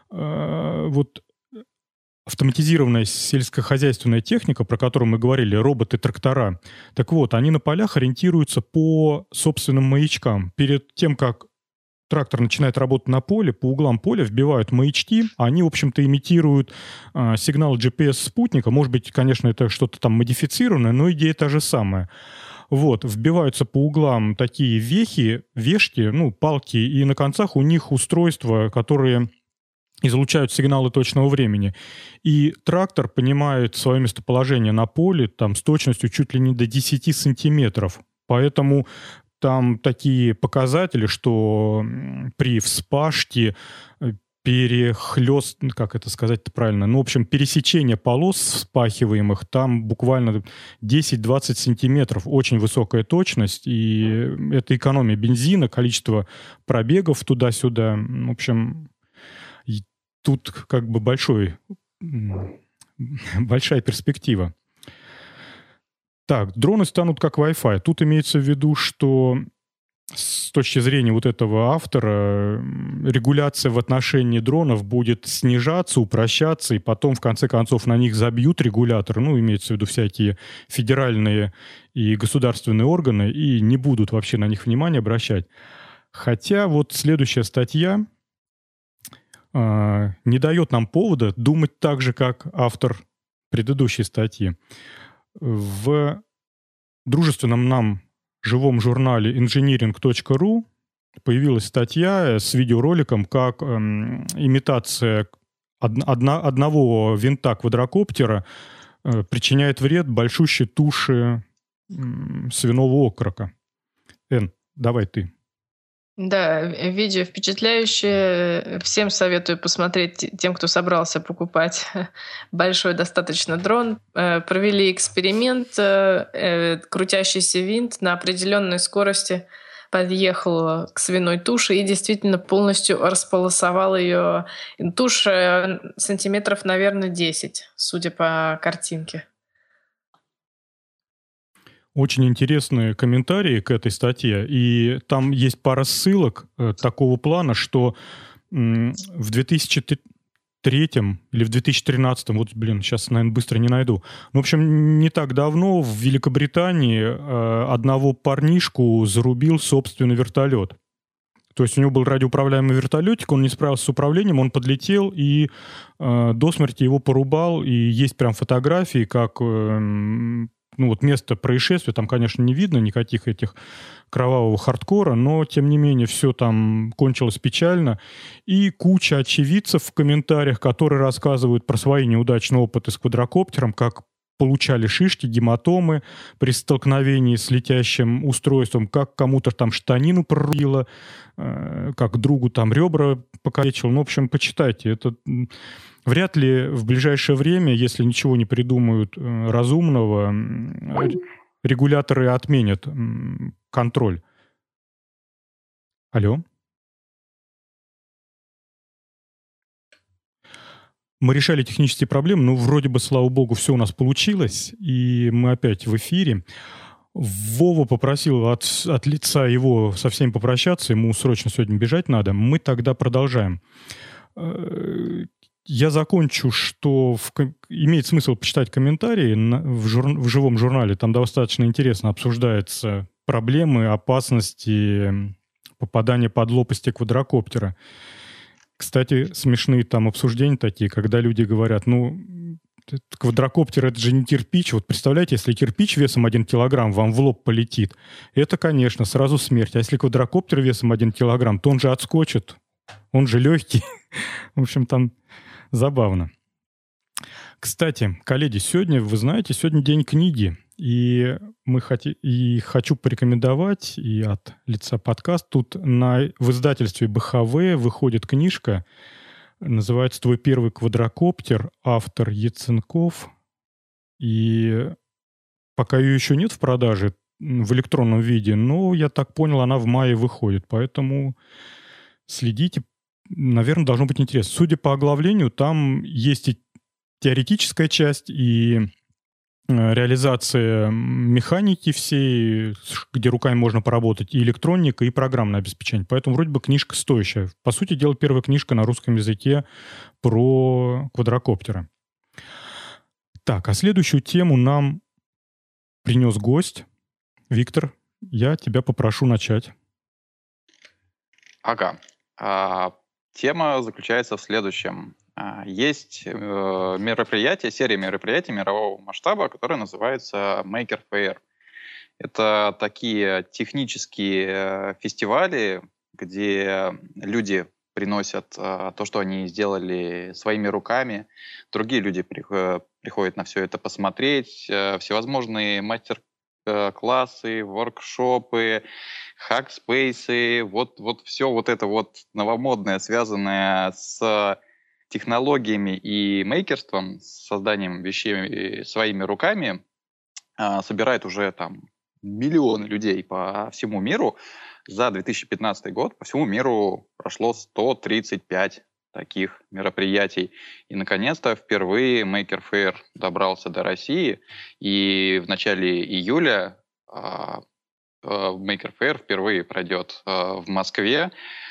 Вот автоматизированная сельскохозяйственная техника, про которую мы говорили, роботы-трактора. Так вот, они на полях ориентируются по собственным маячкам. Перед тем, как трактор начинает работать на поле, по углам поля вбивают маячки, они, в общем-то, имитируют сигнал GPS-спутника. Может быть, конечно, это что-то там модифицированное, но идея та же самая. Вот, вбиваются по углам такие вешки, палки, и на концах у них устройства, которые излучают сигналы точного времени. И трактор понимает свое местоположение на поле там, с точностью чуть ли не до 10 сантиметров. Поэтому там такие показатели, что при вспашке как это сказать-то правильно? В общем, пересечение полос вспахиваемых, там буквально 10-20 сантиметров. Очень высокая точность, и это экономия бензина, количество пробегов туда-сюда. В общем, тут как бы большая перспектива. Так, дроны станут как Wi-Fi. Тут имеется в виду, что с точки зрения вот этого автора регуляция в отношении дронов будет снижаться, упрощаться, и потом, в конце концов, на них забьют регуляторы, имеется в виду всякие федеральные и государственные органы, и не будут вообще на них внимания обращать. Хотя вот следующая статья не дает нам повода думать так же, как автор предыдущей статьи. В дружественном нам живом журнале engineering.ru появилась статья с видеороликом, как имитация одного винта квадрокоптера причиняет вред большущей туше свиного окорока. Эн, давай ты. Да, видео впечатляющее. Всем советую посмотреть, тем, кто собрался покупать большой достаточно дрон. Провели эксперимент. Крутящийся винт на определенной скорости подъехал к свиной туше и действительно полностью располосовал ее. Туша сантиметров, наверное, 10, судя по картинке. Очень интересные комментарии к этой статье, и там есть пара ссылок такого плана, что в 2003 или в 2013, сейчас, наверное, быстро не найду. В общем, не так давно в Великобритании одного парнишку зарубил собственный вертолет. То есть у него был радиоуправляемый вертолетик, он не справился с управлением, он подлетел и до смерти его порубал, и есть прям фотографии, как... место происшествия, там, конечно, не видно никаких этих кровавого хардкора, но, тем не менее, все там кончилось печально. И куча очевидцев в комментариях, которые рассказывают про свои неудачные опыты с квадрокоптером, как получали шишки, гематомы при столкновении с летящим устройством, как кому-то там штанину прорубило, как другу там ребра покалечил. В общем, почитайте. Это... Вряд ли в ближайшее время, если ничего не придумают разумного, регуляторы отменят контроль. Алло? Мы решали технические проблемы, но вроде бы, слава богу, все у нас получилось, и мы опять в эфире. Вова попросил от лица его со всеми попрощаться, ему срочно сегодня бежать надо. Мы тогда продолжаем. Я закончу, что имеет смысл почитать комментарии в живом журнале. Там достаточно интересно обсуждаются проблемы, опасности попадания под лопасти квадрокоптера. Кстати, смешные там обсуждения такие, когда люди говорят, квадрокоптер — это же не кирпич. Вот представляете, если кирпич весом 1 килограмм вам в лоб полетит, это, конечно, сразу смерть. А если квадрокоптер весом 1 килограмм, то он же отскочит. Он же легкий. В общем, там забавно. Кстати, коллеги, сегодня, вы знаете, сегодня день книги. И хочу порекомендовать и от лица подкаста. Тут в издательстве БХВ выходит книжка, называется «Твой первый квадрокоптер», автор Яценков. И пока ее еще нет в продаже в электронном виде, но, я так понял, она в мае выходит. Поэтому следите. Наверное, должно быть интересно. Судя по оглавлению, там есть и теоретическая часть, и реализация механики всей, где руками можно поработать, и электроника, и программное обеспечение. Поэтому вроде бы книжка стоящая. По сути дела, первая книжка на русском языке про квадрокоптеры. Так, а следующую тему нам принес гость. Виктор, я тебя попрошу начать. Ага. Тема заключается в следующем. Есть серия мероприятий мирового масштаба, которая называется Maker Faire. Это такие технические фестивали, где люди приносят то, что они сделали своими руками. Другие люди приходят на все это посмотреть. Всевозможные мастер-классы, воркшопы, хакспейсы, вот все вот это вот новомодное, связанное с технологиями и мейкерством, с созданием вещей своими руками, собирает уже там миллионы людей по всему миру. За 2015 год по всему миру прошло 135 таких мероприятий. И, наконец-то, впервые Maker Faire добрался до России. И в начале июля Maker Faire впервые пройдет в Москве.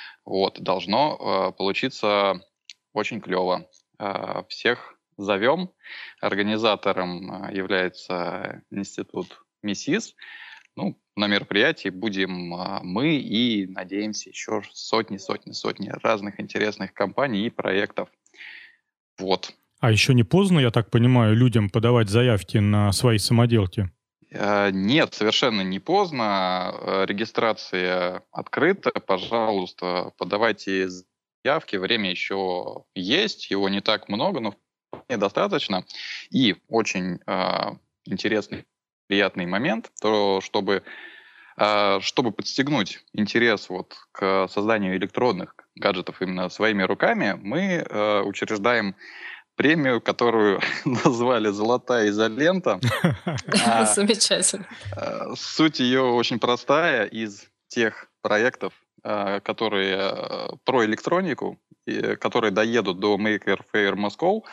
Должно получиться очень клево. Всех зовем. Организатором является институт МИСИС. На мероприятии будем мы и, надеемся, еще сотни разных интересных компаний и проектов. А еще не поздно, я так понимаю, людям подавать заявки на свои самоделки? Нет, совершенно не поздно. Регистрация открыта. Пожалуйста, подавайте заявки. Время еще есть. Его не так много, но вполне достаточно. И очень интересный, приятный момент, то чтобы подстегнуть интерес к созданию электронных гаджетов именно своими руками, мы учреждаем премию, которую назвали «Золотая изолента». Замечательно. Суть ее очень простая. Из тех проектов, которые про электронику, которые доедут до Maker Faire Moscow,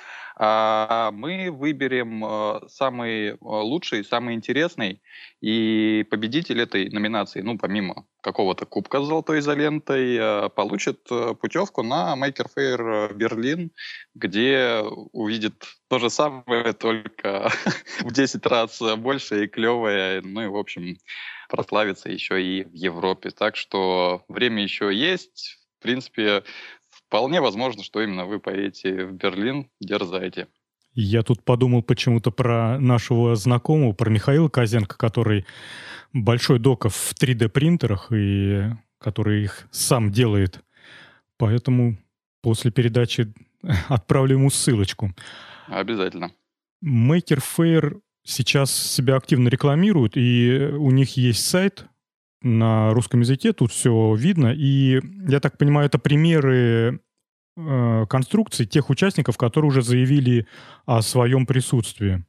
мы выберем самый лучший, самый интересный, и победитель этой номинации, помимо какого-то кубка с золотой изолентой, получит путевку на Maker Faire Берлин, где увидит то же самое, только в 10 раз больше и клевое, и, в общем, прославится еще и в Европе. Так что время еще есть. В принципе, вполне возможно, что именно вы поедете в Берлин. Дерзайте. Я тут подумал почему-то про нашего знакомого, про Михаила Козенко, который большой доков в 3D-принтерах и который их сам делает. Поэтому после передачи отправлю ему ссылочку. Обязательно. Maker Faire сейчас себя активно рекламируют, и у них есть сайт на русском языке, тут все видно. И, я так понимаю, это примеры конструкций тех участников, которые уже заявили о своем присутствии.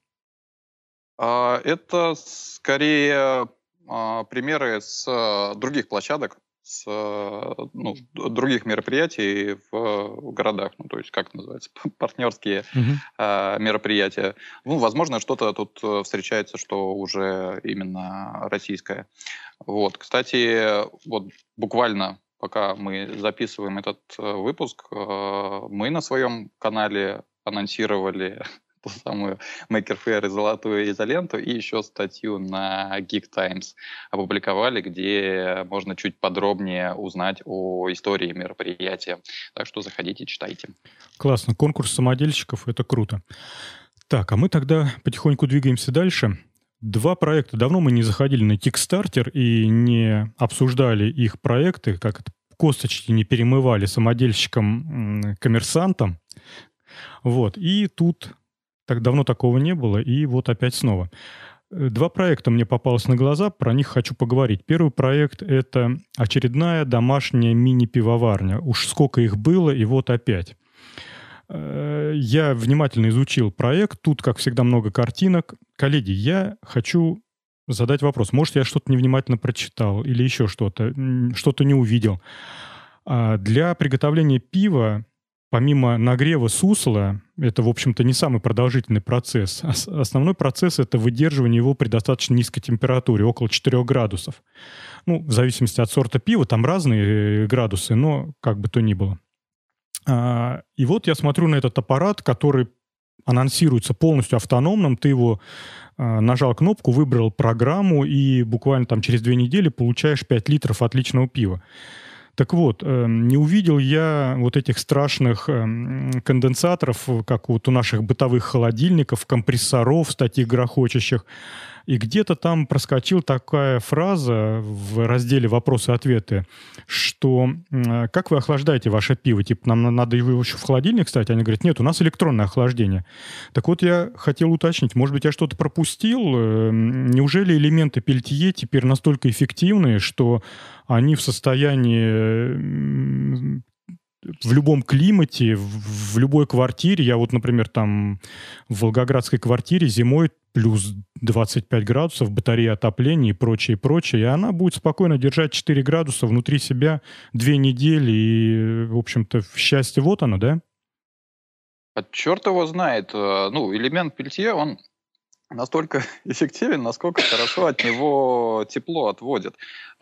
Это скорее примеры с других площадок, с других мероприятий в городах. То есть, как это называется, партнерские мероприятия. Возможно, что-то тут встречается, что уже именно российское. Кстати, буквально пока мы записываем этот выпуск, мы на своем канале анонсировали ту самую Maker Faire и золотую изоленту, и еще статью на Geek Times опубликовали, где можно чуть подробнее узнать о истории мероприятия. Так что заходите, читайте. Классно. Конкурс самодельщиков — это круто. Так, а мы тогда потихоньку двигаемся дальше. 2 проекта. Давно мы не заходили на Kickstarter и не обсуждали их проекты, как это косточки не перемывали самодельщикам-коммерсантам. И тут так давно такого не было, и опять снова. 2 проекта мне попалось на глаза, про них хочу поговорить. Первый проект — это очередная домашняя мини-пивоварня. Уж сколько их было, и опять. Я внимательно изучил проект. Тут, как всегда, много картинок. Коллеги, я хочу задать вопрос. Может, я что-то невнимательно прочитал или еще что-то не увидел. Для приготовления пива, помимо нагрева сусла, это, в общем-то, не самый продолжительный процесс. Основной процесс — это выдерживание его при достаточно низкой температуре, около 4 градусов. В зависимости от сорта пива, там разные градусы, но как бы то ни было. И я смотрю на этот аппарат, который анонсируется полностью автономным. Ты его нажал кнопку, выбрал программу, и буквально там через 2 недели получаешь 5 литров отличного пива. Так не увидел я этих страшных конденсаторов, как у наших бытовых холодильников, компрессоров, таких грохочущих. И где-то там проскочила такая фраза в разделе «Вопросы-ответы», что «Как вы охлаждаете ваше пиво?» Нам надо его еще в холодильник ставить? Они говорят: нет, у нас электронное охлаждение. Так я хотел уточнить, может быть, я что-то пропустил? Неужели элементы Пельтье теперь настолько эффективные, что они в состоянии в любом климате, в любой квартире? Я например, там в волгоградской квартире зимой плюс 25 градусов, батарея отопления и прочее, и она будет спокойно держать 4 градуса внутри себя 2 недели, и, в общем-то, счастье оно, да? Черт его знает. Элемент Пельтье, он настолько эффективен, насколько хорошо от него тепло отводит.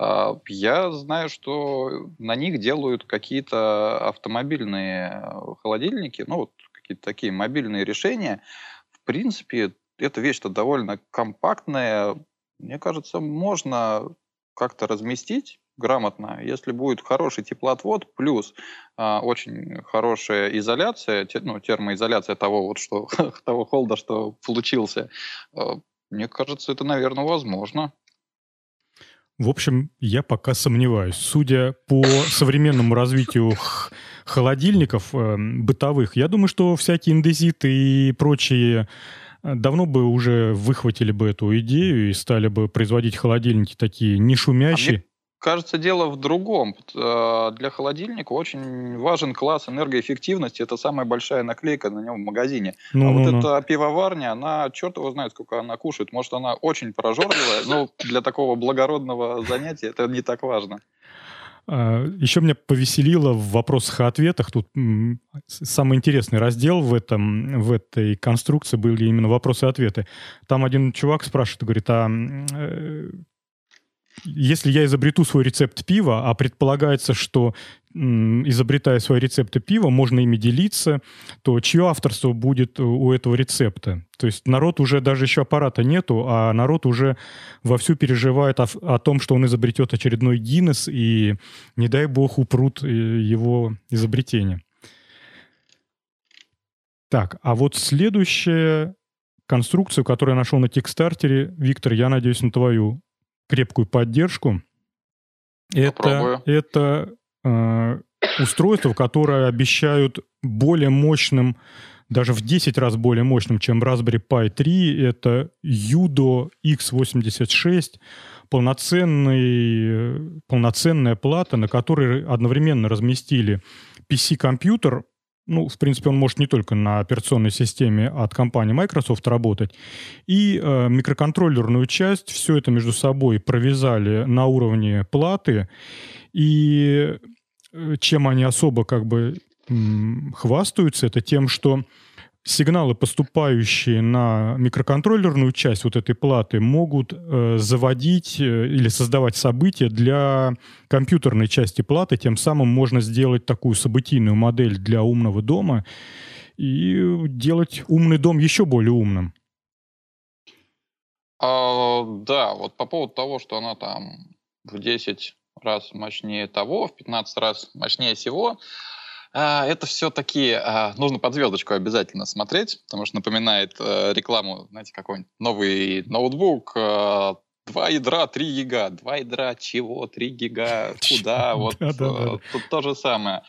Я знаю, что на них делают какие-то автомобильные холодильники, какие-то такие мобильные решения. В принципе, эта вещь-то довольно компактная. Мне кажется, можно как-то разместить грамотно, если будет хороший теплоотвод, плюс очень хорошая изоляция, термоизоляция того холода, что получился. Мне кажется, это, наверное, возможно. В общем, я пока сомневаюсь. Судя по современному развитию холодильников бытовых, я думаю, что всякие индезиты и прочие давно бы уже выхватили бы эту идею и стали бы производить холодильники такие не шумящие. Кажется, дело в другом. Для холодильника очень важен класс энергоэффективности. Это самая большая наклейка на нем в магазине. Эта пивоварня, она, черт его знает, сколько она кушает. Может, она очень прожорливая, но для такого благородного занятия это не так важно. Еще меня повеселило в вопросах и ответах. Тут самый интересный раздел в этой конструкции были именно вопросы и ответы. Там один чувак спрашивает, говорит: если я изобрету свой рецепт пива, а предполагается, что изобретая свои рецепты пива, можно ими делиться, то чье авторство будет у этого рецепта? То есть народ уже, даже еще аппарата нету, а народ уже вовсю переживает о том, что он изобретет очередной Гиннес, и, не дай бог, упрут его изобретение. Так, а следующая конструкция, которую я нашел на Кикстартере, Виктор, я надеюсь на твою крепкую поддержку. Это устройство, которое обещают более мощным, даже в 10 раз более мощным, чем Raspberry Pi 3. Это Yudo X86, полноценная плата, на которой одновременно разместили PC-компьютер. В принципе, он может не только на операционной системе от компании Microsoft работать. И микроконтроллерную часть, все это между собой провязали на уровне платы. И чем они особо хвастаются, это тем, что сигналы, поступающие на микроконтроллерную часть вот этой платы, могут заводить или создавать события для компьютерной части платы. Тем самым можно сделать такую событийную модель для умного дома и делать умный дом еще более умным. Да, вот по поводу того, что она там в 10 раз мощнее того, в 15 раз мощнее всего, это все-таки нужно под звездочку обязательно смотреть, потому что напоминает рекламу, знаете, какой-нибудь новый ноутбук, 2 ядра, 3 гига. 2 ядра чего? 3 гига? Куда? Вот тут то же самое.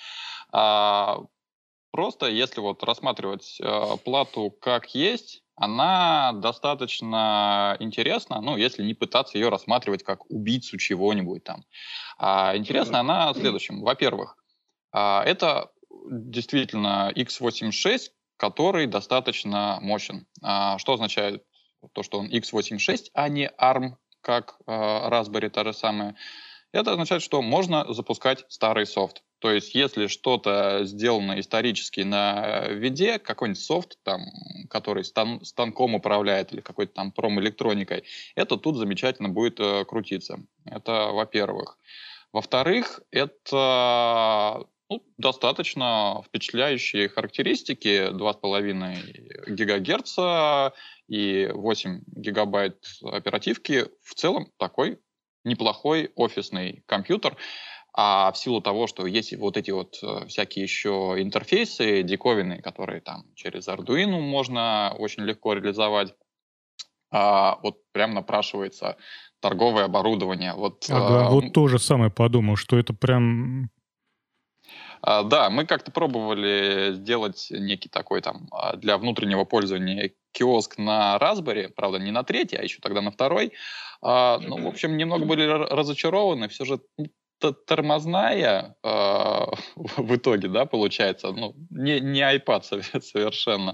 Просто если вот рассматривать плату как есть, она достаточно интересна, ну, если не пытаться ее рассматривать как убийцу чего-нибудь там. Интересна она следующим. Во-первых, это действительно x86, который достаточно мощен. Что означает то, что он x86, а не ARM, как Raspberry та же самая? Это означает, что можно запускать старый софт. То есть, если что-то сделано исторически на виде, какой-нибудь софт, там, который станком управляет или какой-то там промэлектроникой, это тут замечательно будет крутиться. Это во-первых. Во-вторых, это достаточно впечатляющие характеристики. 2,5 ГГц и 8 гигабайт оперативки. В целом такой неплохой офисный компьютер. А в силу того, что есть вот эти вот всякие еще интерфейсы диковинные, которые там через Arduino можно очень легко реализовать, вот прям напрашивается торговое оборудование. Вот то же самое подумал, что это прям... Да, мы как-то пробовали сделать некий такой там для внутреннего пользования киоск на Raspberry, правда, не на третий, а еще тогда на второй. В общем, немного были разочарованы. Все же тормозная в итоге, да, получается, не iPad совершенно.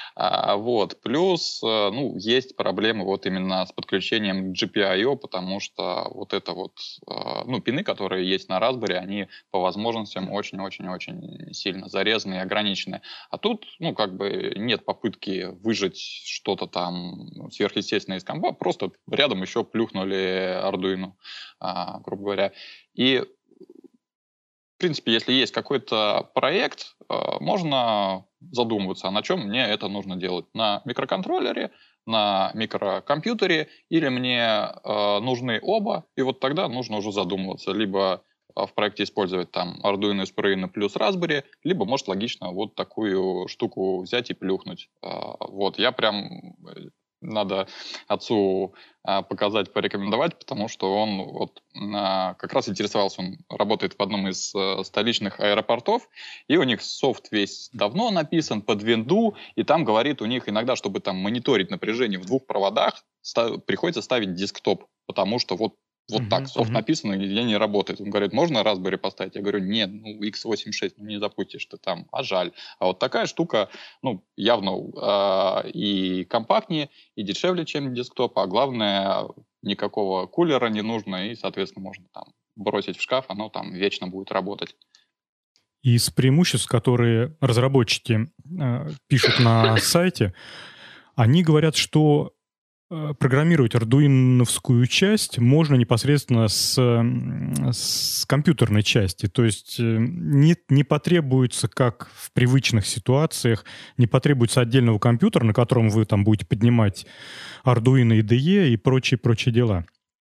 Плюс, есть проблемы вот именно с подключением GPIO, потому что вот это вот, пины, которые есть на Raspberry, они по возможностям очень-очень-очень сильно зарезаны и ограничены. А тут, нет попытки выжать что-то там сверхъестественное из комба, просто рядом еще плюхнули Arduino, грубо говоря. И, в принципе, если есть какой-то проект, можно задумываться, на чем мне это нужно делать. На микроконтроллере, на микрокомпьютере, или мне нужны оба, и вот тогда нужно уже задумываться. Либо в проекте использовать там Arduino Uspirino плюс Raspberry, либо, может, логично вот такую штуку взять и плюхнуть. Я прям... Надо отцу показать, порекомендовать, потому что он как раз интересовался, он работает в одном из столичных аэропортов, и у них софт весь давно написан под винду, и там говорит у них иногда, чтобы там мониторить напряжение в 2 проводах, приходится ставить десктоп, потому что вот так софт написан, и где не работает. Он говорит, можно Raspberry поставить? Я говорю, нет, x86, не запустишь ты там, а жаль. А вот такая штука, явно и компактнее, и дешевле, чем десктоп, а главное, никакого кулера не нужно, и, соответственно, можно там бросить в шкаф, оно там вечно будет работать. Из преимуществ, которые разработчики пишут на сайте, они говорят, что программировать ардуиновскую часть можно непосредственно с компьютерной части. То есть не потребуется, как в привычных ситуациях, не потребуется отдельного компьютера, на котором вы там будете поднимать Arduino IDE и прочие дела.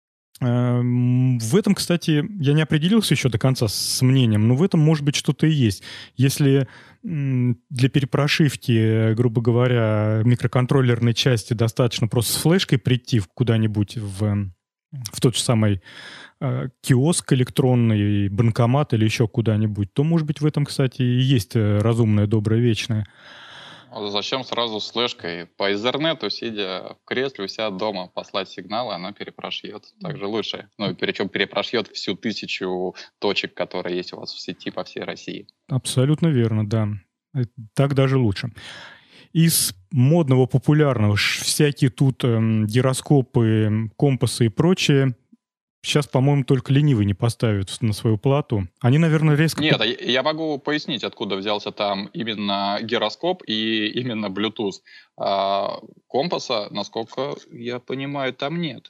В этом, кстати, я не определился еще до конца с мнением, но в этом, может быть, что-то и есть. Если для перепрошивки, грубо говоря, микроконтроллерной части достаточно просто с флешкой прийти куда-нибудь в тот же самый киоск электронный, банкомат или еще куда-нибудь, то, может быть, в этом, кстати, и есть разумное, доброе, вечное. Зачем сразу с флешкой? По Ethernet, сидя в кресле у себя дома, послать сигналы, оно перепрошьет. Так же лучше. Причем перепрошьет всю 1000 точек, которые есть у вас в сети по всей России. Абсолютно верно, да. Так даже лучше. Из модного, популярного всякие тут гироскопы, компасы и прочее. сейчас, по-моему, только ленивый не поставит на свою плату. Они, наверное, резко... Нет, я могу пояснить, откуда взялся там именно гироскоп и именно Bluetooth. Компаса, насколько я понимаю, там нет.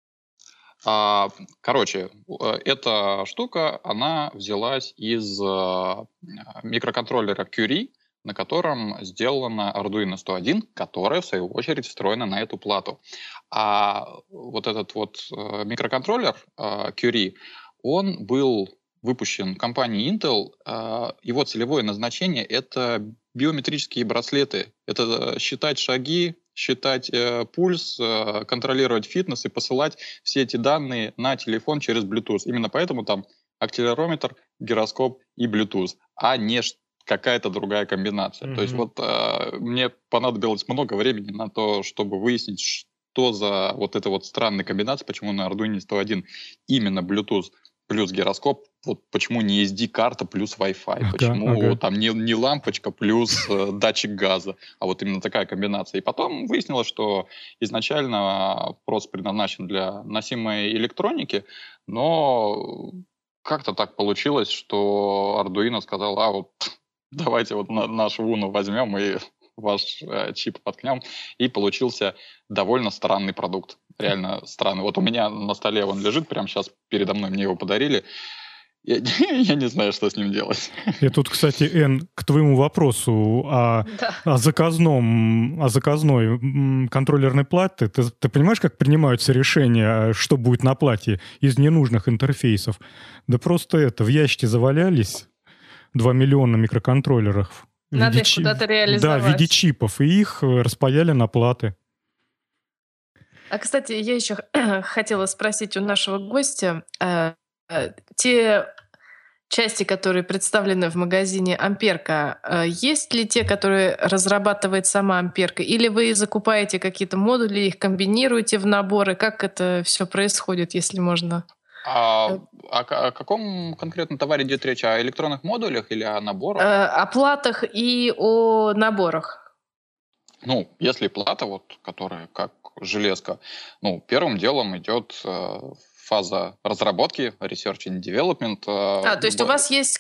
Короче, эта штука, она взялась из микроконтроллера Curie, на котором сделана Arduino 101, которая, в свою очередь, встроена на эту плату. А вот этот вот микроконтроллер Curie, он был выпущен компанией Intel. Его целевое назначение — это биометрические браслеты. Это считать шаги, считать пульс, контролировать фитнес и посылать все эти данные на телефон через Bluetooth. Именно поэтому там акселерометр, гироскоп и Bluetooth, а не какая-то другая комбинация. То есть вот мне понадобилось много времени на то, чтобы выяснить, что за вот эта вот странная комбинация, почему на Arduino 101 именно Bluetooth плюс гироскоп, вот почему не SD-карта плюс Wi-Fi, почему там не лампочка плюс датчик газа, а вот именно такая комбинация. И потом выяснилось, что изначально просто предназначен для носимой электроники, но как-то так получилось, что Arduino сказал, вот давайте вот нашу Uno возьмем и ваш чип воткнем, и получился довольно странный продукт. Реально странный. Вот у меня на столе он лежит прямо сейчас передо мной, мне его подарили. Я не знаю, что с ним делать. И тут, кстати, Эн, к твоему вопросу о заказной контроллерной плате. Ты понимаешь, как принимаются решения, что будет на плате из ненужных интерфейсов? Да просто в ящике завалялись 2 миллиона микроконтроллеров. Надо их куда-то реализовать. Да, в виде чипов, и их распаяли на платы. А, кстати, я еще хотела спросить у нашего гостя, те части, которые представлены в магазине Амперка, есть ли те, которые разрабатывает сама Амперка, или вы закупаете какие-то модули, их комбинируете в наборы? Как это все происходит, если можно? О каком конкретно товаре идет речь? О электронных модулях или о наборах? О платах и о наборах. Если плата, которая как железка, первым делом идет фаза разработки, research and development. То есть у вас есть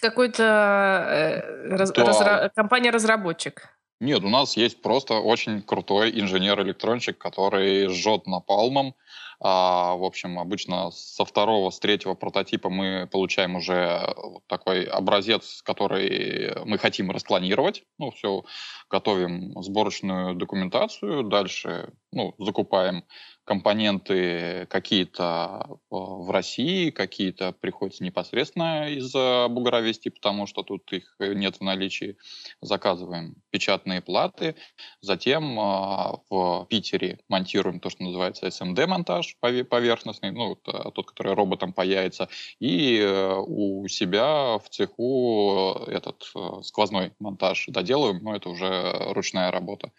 какой-то компания-разработчик? Нет, у нас есть просто очень крутой инженер-электронщик, который жжет напалмом. В общем, обычно со второго, с третьего прототипа мы получаем уже такой образец, который мы хотим расклонировать. Все, готовим сборочную документацию, дальше закупаем компоненты какие-то в России, какие-то приходится непосредственно из-за бугра везти, потому что тут их нет в наличии. Заказываем печатные платы, затем в Питере монтируем то, что называется SMD-монтаж поверхностный, тот, который роботом паяется, и у себя в цеху этот сквозной монтаж доделываем, но это уже ручная работа.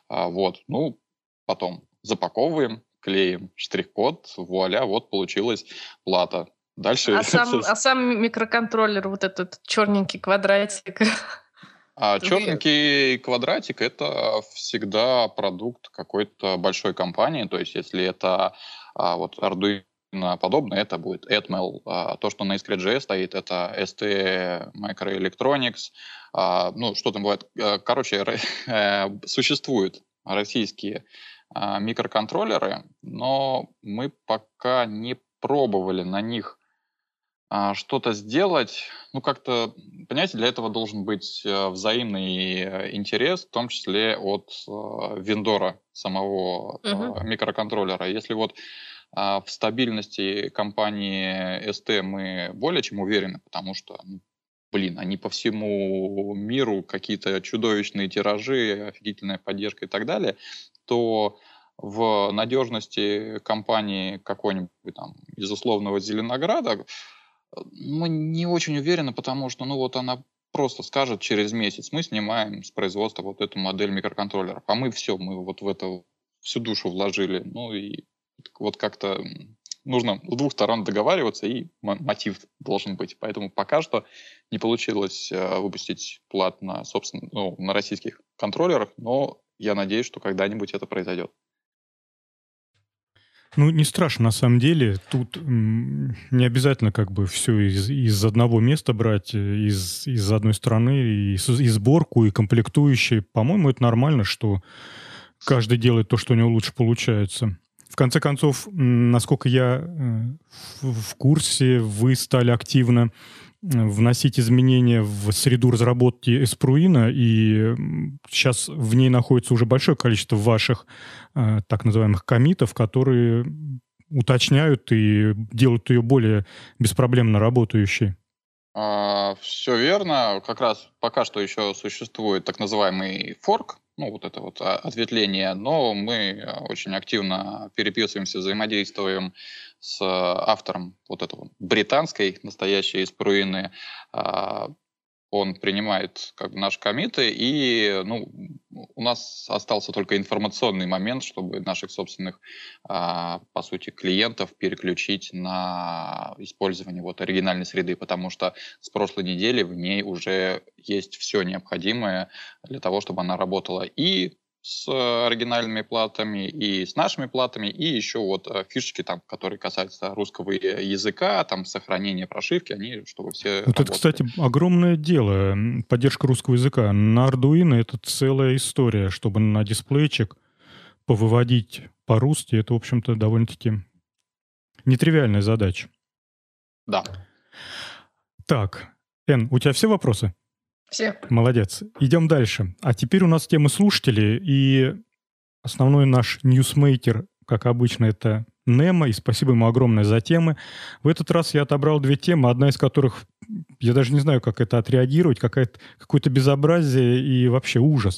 Потом запаковываем, клеим штрих-код, вуаля, получилась плата. Дальше... А сам микроконтроллер, вот этот черненький квадратик... черненький квадратик — это всегда продукт какой-то большой компании. То есть, если это Arduino подобное, это будет Atmel. То, что на Iskra.js стоит, это ST Microelectronics. Что там бывает? Короче, существуют российские микроконтроллеры, но мы пока не пробовали на них что-то сделать. Как-то, понимаете, для этого должен быть взаимный интерес, в том числе от вендора самого микроконтроллера. Если в стабильности компании ST мы более чем уверены, потому что они по всему миру, какие-то чудовищные тиражи, офигительная поддержка и так далее, то в надежности компании какой-нибудь из условного Зеленограда мы не очень уверены, потому что она просто скажет через месяц, мы снимаем с производства эту модель микроконтроллеров, а мы в это всю душу вложили. И как-то нужно с двух сторон договариваться, и мотив должен быть. Поэтому пока что не получилось выпустить плат на российских контроллерах, но я надеюсь, что когда-нибудь это произойдет. Ну, не страшно, на самом деле. Тут не обязательно как бы все из одного места брать, из одной страны, и сборку, и комплектующие. По-моему, это нормально, что каждый делает то, что у него лучше получается. В конце концов, насколько я в курсе, вы стали активно вносить изменения в среду разработки Espruino, и сейчас в ней находится уже большое количество ваших так называемых коммитов, которые уточняют и делают ее более беспроблемно работающей. Все верно. Как раз пока что еще существует так называемый форк, ну, вот это вот ответвление, но мы очень активно переписываемся, взаимодействуем с автором вот этого британской настоящей Espruino. Он принимает как бы наши коммиты, и у нас остался только информационный момент, чтобы наших собственных, по сути, клиентов переключить на использование вот оригинальной среды, потому что с прошлой недели в ней уже есть все необходимое для того, чтобы она работала и с оригинальными платами, и с нашими платами, и еще вот фишечки, там, которые касаются русского языка, там, сохранения прошивки, они, чтобы все вот это, кстати, огромное дело, поддержка русского языка. На Arduino это целая история, чтобы на дисплейчик повыводить по-русски, это, в общем-то, довольно-таки нетривиальная задача. Да. Так, Эн, у тебя все вопросы? Все. Молодец. Идем дальше. А теперь у нас тема слушателей, и основной наш ньюсмейкер, как обычно, это Немо, и спасибо ему огромное за темы. В этот раз я отобрал 2 темы, одна из которых, я даже не знаю, как это отреагировать, какое-то безобразие и вообще ужас.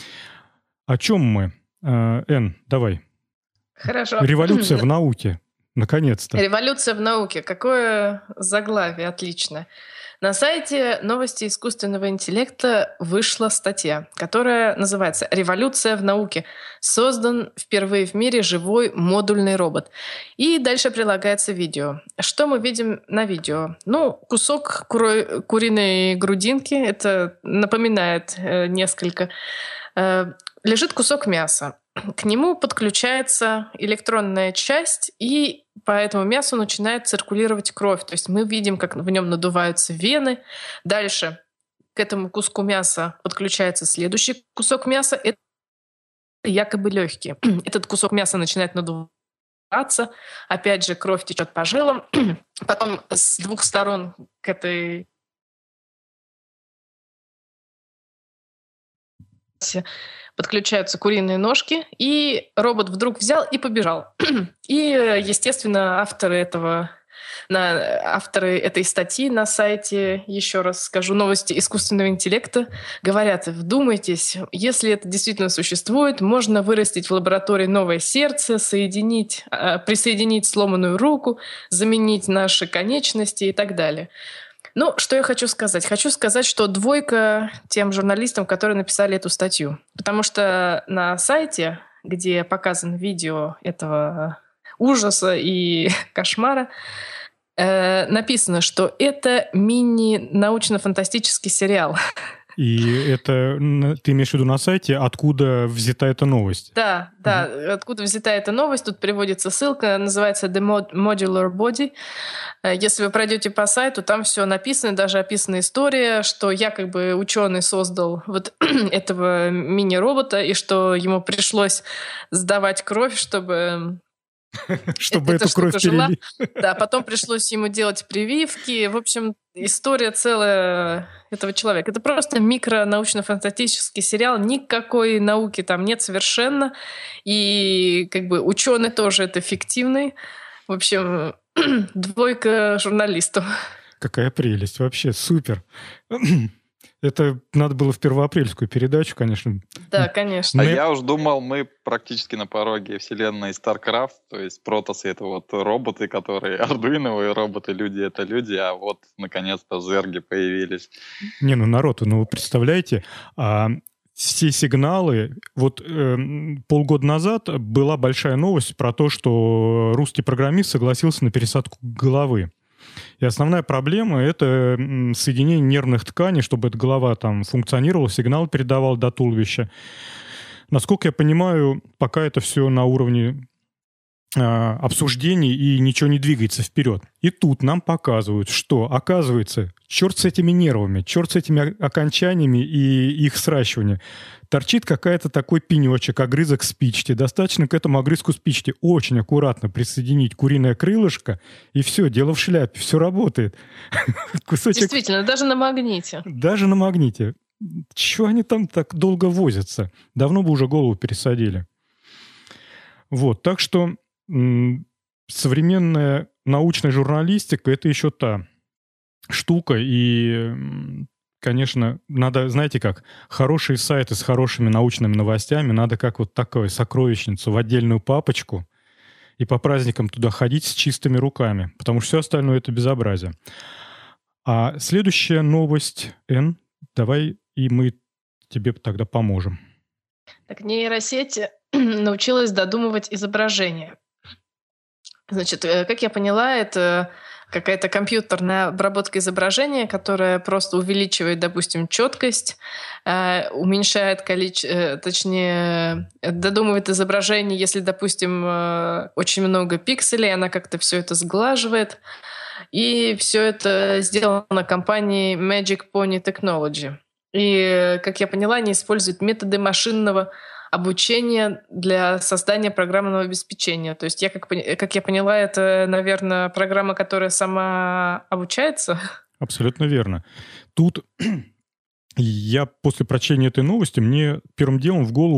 О чем мы? Эн, давай. Хорошо. Революция в науке. Наконец-то. Революция в науке. Какое заглавие, отлично. На сайте новости искусственного интеллекта вышла статья, которая называется «Революция в науке. Создан впервые в мире живой модульный робот». И дальше прилагается видео. Что мы видим на видео? Кусок куриной грудинки, это напоминает несколько. Лежит кусок мяса. К нему подключается электронная часть, и по этому мясу начинает циркулировать кровь. То есть мы видим, как в нем надуваются вены. Дальше к этому куску мяса подключается следующий кусок мяса. Это якобы легкие. Этот кусок мяса начинает надуваться. Опять же, кровь течет по жилам. Потом с 2 сторон к этой подключаются куриные ножки, и робот вдруг взял и побежал. И, естественно, авторы этой статьи на сайте, еще раз скажу, новости искусственного интеллекта, говорят: вдумайтесь, если это действительно существует, можно вырастить в лаборатории новое сердце, присоединить сломанную руку, заменить наши конечности и так далее. Что я хочу сказать? Хочу сказать, что 2 тем журналистам, которые написали эту статью. Потому что на сайте, где показано видео этого ужаса и кошмара, написано, что это мини-научно-фантастический сериал. И это ты имеешь в виду на сайте, откуда взята эта новость? Да, откуда взята эта новость. Тут приводится ссылка, называется The Modular Body. Если вы пройдете по сайту, там все написано, даже описана история, что якобы ученый создал вот этого мини-робота, и что ему пришлось сдавать кровь, чтобы эту кровь перелить. Да, потом пришлось ему делать прививки. В общем, история целая этого человека. Это просто микро-научно-фантастический сериал. Никакой науки там нет совершенно. И как бы ученый тоже это фиктивный. В общем, 2 журналистов. Какая прелесть. Вообще супер. Это надо было в первоапрельскую передачу, конечно. Да, конечно. Я уж думал, мы практически на пороге вселенной StarCraft, то есть протосы — это вот роботы, которые ардуиновые роботы, люди — это люди, а вот наконец-то зерги появились. Народ, вы представляете, все сигналы... полгода назад была большая новость про то, что русский программист согласился на пересадку головы. И основная проблема — это соединение нервных тканей, чтобы эта голова там функционировала, сигнал передавал до туловища. Насколько я понимаю, пока это все на уровне обсуждений и ничего не двигается вперед. И тут нам показывают, что, оказывается, черт с этими нервами, черт с этими окончаниями и их сращиванием. Торчит какая-то такой пенечек, огрызок спички. Достаточно к этому огрызку спички очень аккуратно присоединить куриное крылышко, и все, дело в шляпе, все работает. Кусочек... Действительно, даже на магните. Даже на магните. Чего они там так долго возятся? Давно бы уже голову пересадили. Вот, так что современная научная журналистика — это еще та штука, и, конечно, надо, знаете как, хорошие сайты с хорошими научными новостями надо как вот такую сокровищницу в отдельную папочку и по праздникам туда ходить с чистыми руками, потому что все остальное — это безобразие. А следующая новость, Эн, давай и мы тебе тогда поможем. Так, нейросеть научилась додумывать изображения. Значит, как я поняла, это какая-то компьютерная обработка изображения, которая просто увеличивает, допустим, четкость, уменьшает количество, точнее, додумывает изображение, если, допустим, очень много пикселей, она как-то все это сглаживает. И все это сделано компанией Magic Pony Technology. И, как я поняла, они используют методы машинного обучения для создания программного обеспечения. То есть, как я поняла, это, наверное, программа, которая сама обучается? Абсолютно верно. Тут я после прочтения этой новости, мне первым делом в голову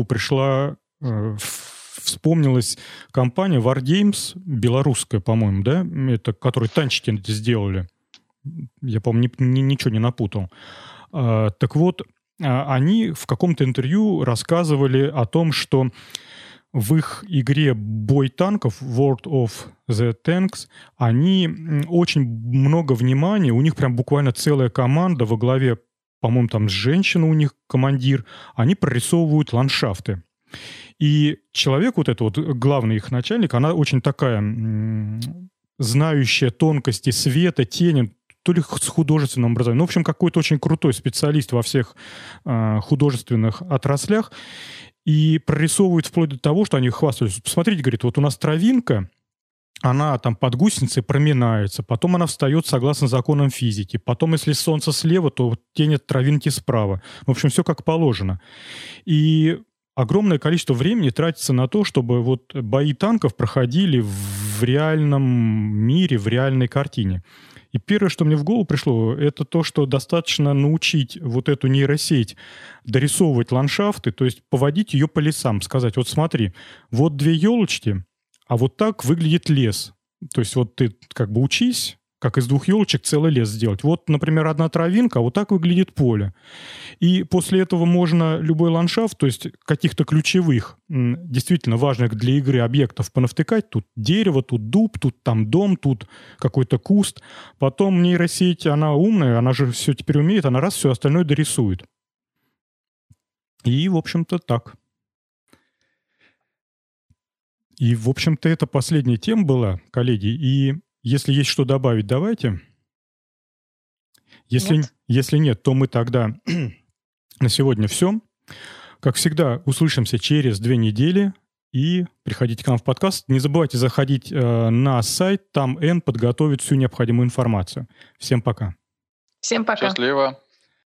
вспомнилась компания Wargames, белорусская, по-моему, да? Это, которые танчики сделали. Я, по-моему, ничего не напутал. Так вот, они в каком-то интервью рассказывали о том, что в их игре «Бой танков» World of the Tanks они очень много внимания, у них прям буквально целая команда во главе, по-моему, там женщина у них командир, они прорисовывают ландшафты. И человек, вот этот вот главный их начальник, она очень такая знающая тонкости света, тени, то ли с художественным образованием. Ну, в общем, какой-то очень крутой специалист во всех художественных отраслях. И прорисовывает вплоть до того, что они хвастались. Посмотрите, говорит, вот у нас травинка, она там под гусеницей проминается, потом она встает согласно законам физики, потом, если солнце слева, то тень от травинки справа. В общем, все как положено. И огромное количество времени тратится на то, чтобы вот бои танков проходили в реальном мире, в реальной картине. И первое, что мне в голову пришло, это то, что достаточно научить вот эту нейросеть дорисовывать ландшафты, то есть поводить ее по лесам, сказать, вот смотри, вот 2 елочки, а вот так выглядит лес. То есть вот ты как бы учись, как из 2 елочек целый лес сделать. Вот, например, 1 травинка, а вот так выглядит поле. И после этого можно любой ландшафт, то есть каких-то ключевых, действительно важных для игры объектов понавтыкать. Тут дерево, тут дуб, тут там дом, тут какой-то куст. Потом нейросеть, она умная, она же все теперь умеет, она раз все остальное дорисует. И, в общем-то, так. И, в общем-то, это последняя тема была, коллеги. И если есть что добавить, давайте. Если нет, то мы тогда на сегодня все. Как всегда, услышимся через 2 недели. И приходите к нам в подкаст. Не забывайте заходить на сайт. Там Энн подготовит всю необходимую информацию. Всем пока. Всем пока. Счастливо.